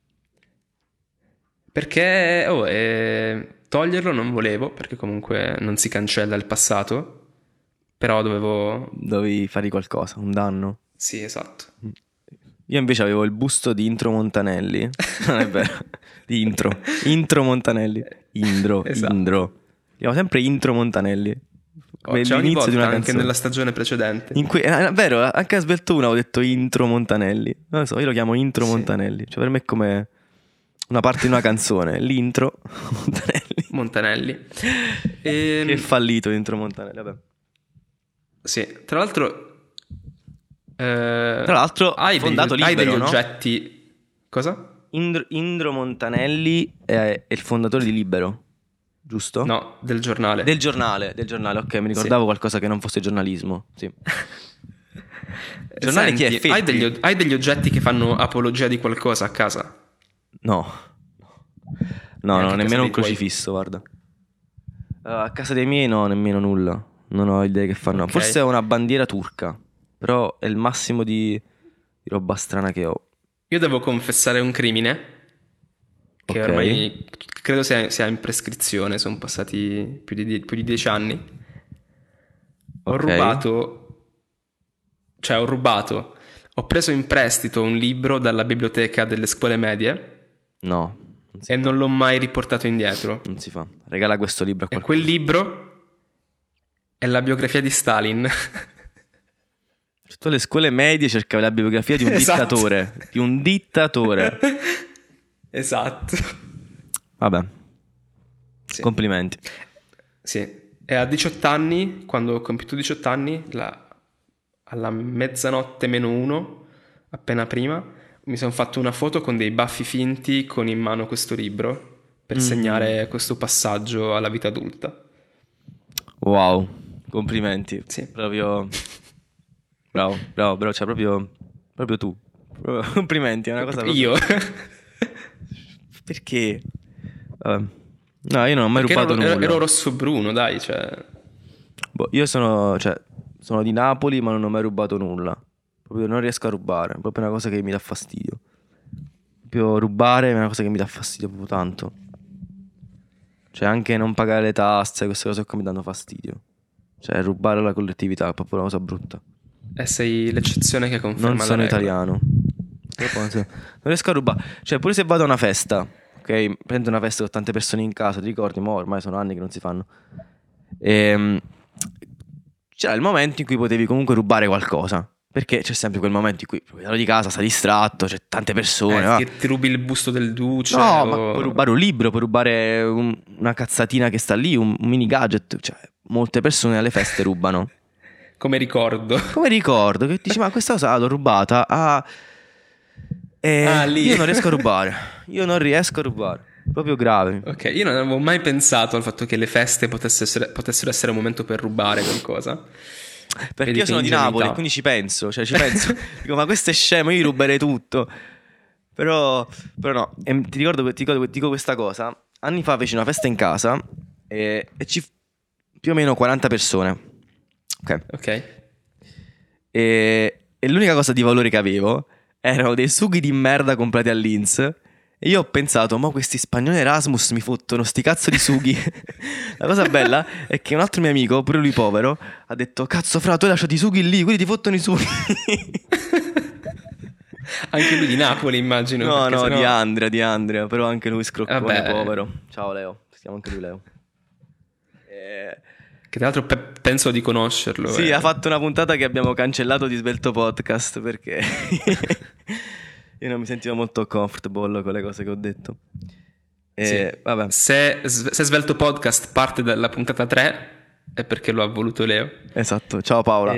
B: Perché toglierlo non volevo, perché comunque non si cancella il passato, però dovevo...
A: Dovevi fare qualcosa, un danno.
B: Sì, esatto.
A: Io invece avevo il busto di Intro Montanelli. Non è vero. Di Intro Montanelli.
B: Esatto.
A: Indro. Chiamo sempre Intro Montanelli. Come
B: C'è ogni
A: l'inizio
B: volta,
A: di una
B: anche
A: canzone.
B: nella stagione precedente.
A: In cui, è vero, anche a Svelto 1 ho detto Intro Montanelli. Non lo so, io lo chiamo Intro
B: Sì.
A: Montanelli. Cioè per me è come una parte di una canzone. L'intro
B: Montanelli.
A: Che è fallito l'intro Montanelli, vabbè.
B: Sì, tra l'altro...
A: Tra l'altro
B: hai
A: fondato
B: hai
A: Libero,
B: degli
A: no?
B: oggetti... Cosa?
A: Indro Montanelli è il fondatore di Libero, giusto?
B: No, del giornale.
A: Del giornale, ok, mi ricordavo qualcosa che non fosse giornalismo, sì. Giornale chi è?
B: Senti,
A: Fetti?
B: hai degli oggetti che fanno apologia di qualcosa a casa?
A: No,
B: E anche a casa
A: nemmeno un
B: dei tuoi?
A: crocifisso, guarda. A casa dei miei no, nemmeno nulla. Non ho idee che fanno.
B: Ok.
A: Forse è una bandiera turca, però è il massimo di roba strana che ho.
B: Io devo confessare un crimine che
A: Ok.
B: ormai credo sia in prescrizione, sono passati più di 10 anni. Ho
A: Ok.
B: rubato, ho preso in prestito un libro dalla biblioteca delle scuole medie
A: No, non si
B: e
A: fa.
B: non l'ho mai riportato indietro.
A: Non si fa. Regala questo libro a
B: E
A: qualcuno.
B: quel libro è la biografia di Stalin.
A: Tu alle scuole medie cercavi la biografia di un
B: Esatto.
A: dittatore. Di un dittatore.
B: Esatto.
A: Vabbè.
B: Sì.
A: Complimenti.
B: Sì. E a 18 anni, quando ho compiuto 18 anni, alla mezzanotte meno uno, appena prima, mi sono fatto una foto con dei baffi finti con in mano questo libro per segnare questo passaggio alla vita adulta.
A: Wow. Complimenti.
B: Sì.
A: Proprio... Bravo, cioè proprio tu. Complimenti, è una cosa proprio...
B: Io?
A: Perché? Vabbè. No, io non ho mai
B: Perché
A: rubato nulla.
B: ero rosso-bruno, dai, cioè...
A: Boh, io sono di Napoli, ma non ho mai rubato nulla. Proprio non riesco a rubare, è proprio una cosa che mi dà fastidio. Proprio rubare è una cosa che mi dà fastidio proprio tanto. Cioè anche non pagare le tasse, queste cose qua mi danno fastidio. Cioè rubare alla collettività è proprio una cosa brutta.
B: E sei l'eccezione che conferma
A: Non
B: la
A: sono
B: regola.
A: italiano. Non riesco a rubare. Cioè pure se vado a una festa, ok? Prendo una festa con tante persone in casa, ti ricordi? Ma ormai sono anni che non si fanno. C'era il momento in cui potevi comunque rubare qualcosa. Perché c'è sempre quel momento in cui il proprietario di casa sta distratto, c'è tante persone. Va.
B: Ti rubi il busto del duce
A: No, ma puoi rubare un libro, puoi rubare una cazzatina che sta lì, un mini gadget. Cioè, molte persone alle feste rubano.
B: come ricordo.
A: Come ricordo che dici, ma questa cosa l'ho rubata.
B: Lì.
A: Io non riesco a rubare. Proprio grave.
B: Ok, io non avevo mai pensato al fatto che le feste potessero essere un momento per rubare qualcosa.
A: Perché
B: Vedi
A: io
B: che
A: sono di
B: ingenuità.
A: Napoli, quindi ci penso. Dico, ma questo è scemo, io ruberei tutto. Però no. E ti dico questa cosa. Anni fa feci una festa in casa e più o meno 40 persone.
B: Ok.
A: E l'unica cosa di valore che avevo erano dei sughi di merda comprati all'Inns. E io ho pensato, ma questi spagnoli Erasmus mi fottono sti cazzo di sughi. La cosa bella è che un altro mio amico, pure lui povero, ha detto, cazzo fra, tu hai lasciato i sughi lì, quindi ti fottono i sughi.
B: Anche lui di Napoli, immagino.
A: No,
B: perché sennò-
A: di Andrea, però anche lui scroccone,
B: Vabbè.
A: povero. Ciao Leo, si chiama anche lui Leo.
B: Che tra l'altro penso di conoscerlo.
A: Sì, ha fatto una puntata che abbiamo cancellato di Svelto Podcast perché io non mi sentivo molto comfortable con le cose che ho detto.
B: Sì.
A: Vabbè.
B: Se Svelto Podcast parte dalla puntata 3 è perché lo ha voluto Leo.
A: Esatto, ciao Paola.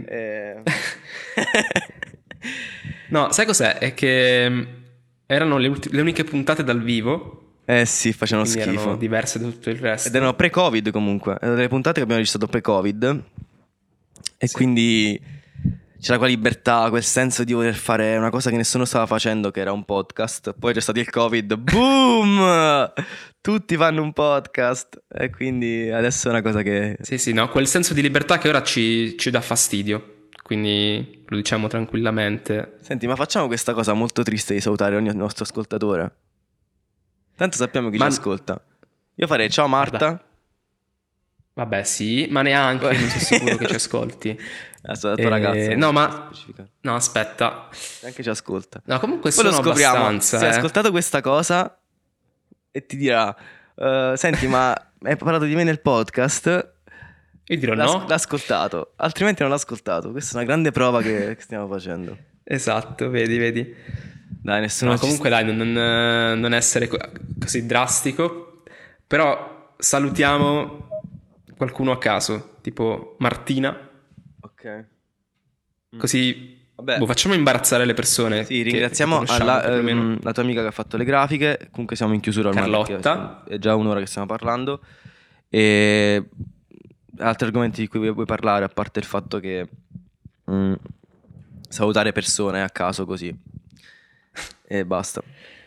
B: No, sai cos'è? È che erano le uniche puntate dal vivo.
A: Sì, facevano
B: Quindi
A: schifo.
B: erano diverse da tutto il resto.
A: Ed erano pre-Covid comunque. Erano delle puntate che abbiamo registrato pre-Covid. E quindi c'era quella libertà, quel senso di voler fare una cosa che nessuno stava facendo, che era un podcast. Poi c'è stato il Covid, boom! Tutti fanno un podcast e quindi adesso è una cosa che...
B: Sì, no, quel senso di libertà che ora ci dà fastidio, quindi lo diciamo tranquillamente.
A: Senti, ma facciamo questa cosa molto triste di salutare ogni nostro ascoltatore. Tanto sappiamo chi
B: Ma-
A: ci ascolta. Io farei ciao Marta.
B: Guarda. Vabbè, sì, ma neanche, non sono sicuro che ci ascolti.
A: La tua ragazza.
B: No,
A: non
B: ma...
A: specifica.
B: No, aspetta.
A: Neanche ci ascolta.
B: No, comunque
A: Poi lo
B: sono
A: scopriamo.
B: abbastanza,
A: Se hai ascoltato questa cosa e ti dirà senti, ma hai parlato di me nel podcast?
B: Io dirò no.
A: L'ha ascoltato, altrimenti non l'ha ascoltato. Questa è una grande prova che stiamo facendo.
B: Esatto, vedi.
A: Dai, nessuno
B: No,
A: ci
B: comunque dai, non essere così drastico, però salutiamo qualcuno a caso, tipo Martina,
A: Ok.
B: così
A: Vabbè.
B: facciamo imbarazzare le persone.
A: Sì,
B: che
A: ringraziamo
B: conosciamo, perlomeno.
A: la tua amica che ha fatto le grafiche. Comunque siamo in chiusura ormai.
B: Carlotta.
A: È già un'ora che stiamo parlando. E altri argomenti di cui vuoi parlare, a parte il fatto che salutare persone a caso così. E basta.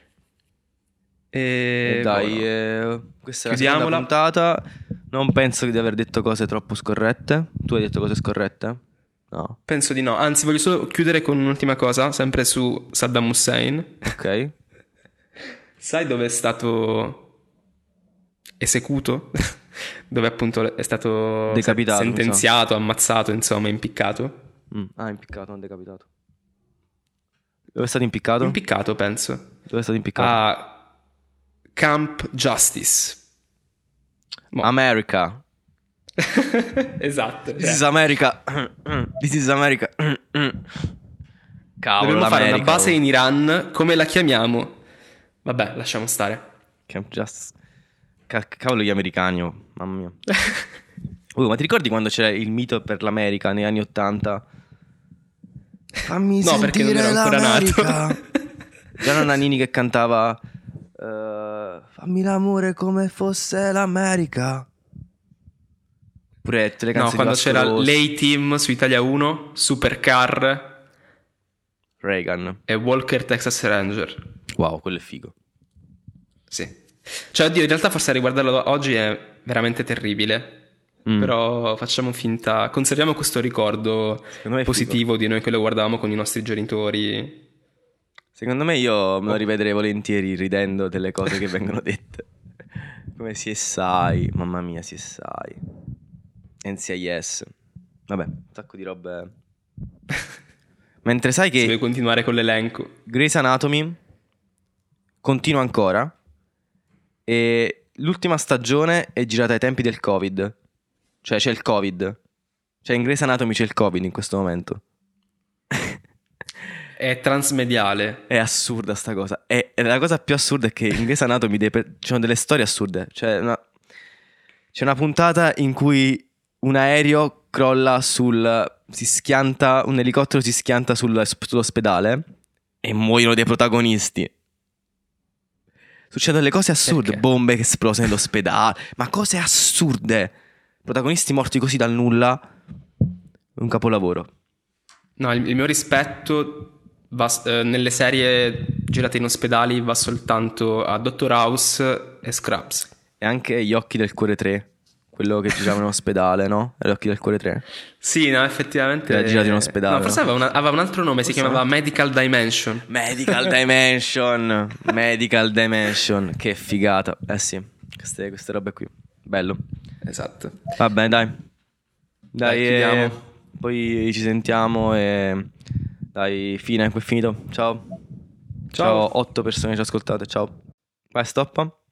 A: E dai, questa è la seconda
B: Chiudiamola.
A: puntata. Non penso di aver detto cose troppo scorrette. Tu hai detto cose scorrette? No.
B: Penso di no, anzi voglio solo chiudere con un'ultima cosa, sempre su Saddam Hussein.
A: Ok.
B: Sai dove è stato esecuto? Dove appunto è stato
A: Decapitato,
B: sentenziato, ammazzato, insomma, impiccato?
A: Impiccato, non decapitato. Dove è stato impiccato?
B: Impiccato, penso.
A: Dove è stato impiccato?
B: A Camp Justice. Mo.
A: America.
B: Esatto.
A: This is America. This is America. Cavolo,
B: Dovremmo fare una
A: l'America,
B: base
A: oh.
B: in Iran, come la chiamiamo? Vabbè, lasciamo stare.
A: Camp Justice. Cavolo gli americani, oh, mamma mia. Ma ti ricordi quando c'era il mito per l'America negli anni '80? Fammi
B: No, perché non ero ancora
A: l'America. Gianna Nannini che cantava fammi l'amore come fosse l'America. Pure tutte le
B: No,
A: canzoni
B: quando
A: di Vasco
B: c'era
A: Rossi.
B: l'A-Team su Italia 1, Supercar
A: Reagan.
B: e Walker Texas Ranger.
A: Wow, quello è figo.
B: Sì. Cioè, oddio, in realtà forse a riguardarlo oggi è veramente terribile. Però facciamo finta, conserviamo questo ricordo
A: me è
B: positivo di noi che lo guardavamo con i nostri genitori.
A: Secondo me io me lo rivedrei volentieri ridendo delle cose che vengono dette. Come CSI, mamma mia, CSI. NCIS. Vabbè, un sacco di robe. Mentre sai
B: Se vuoi
A: che
B: continuare con l'elenco.
A: Grey's Anatomy continua ancora e l'ultima stagione è girata ai tempi del Covid. Cioè c'è il Covid. Cioè in Grey's Anatomy c'è il Covid in questo momento.
B: È transmediale.
A: È assurda sta cosa. E la cosa più assurda è che in Grey's Anatomy ci sono delle storie assurde. C'è una puntata in cui un aereo crolla si schianta, un elicottero si schianta sull'ospedale e muoiono dei protagonisti. Succedono delle cose assurde,
B: Perché?
A: bombe che esplose nell'ospedale, ma cose assurde. Protagonisti morti così dal nulla. Un capolavoro.
B: No, il mio rispetto nelle serie girate in ospedali va soltanto a Dr. House e Scrubs.
A: E anche Gli occhi del cuore 3. Quello che girava in ospedale, no? Gli occhi del cuore 3.
B: Sì, no, effettivamente.
A: Era girato in ospedale,
B: No, forse
A: no?
B: aveva un altro nome, si chiamava Medical Dimension.
A: Medical Dimension. Medical Dimension. Che figata. Eh sì, queste robe qui. Bello.
B: Esatto.
A: Va bene, dai. Dai,
B: chiudiamo.
A: poi ci sentiamo e... Dai, fine, è finito. Ciao.
B: Ciao.
A: 8 persone che ci ascoltate, ciao. Vai, stoppa.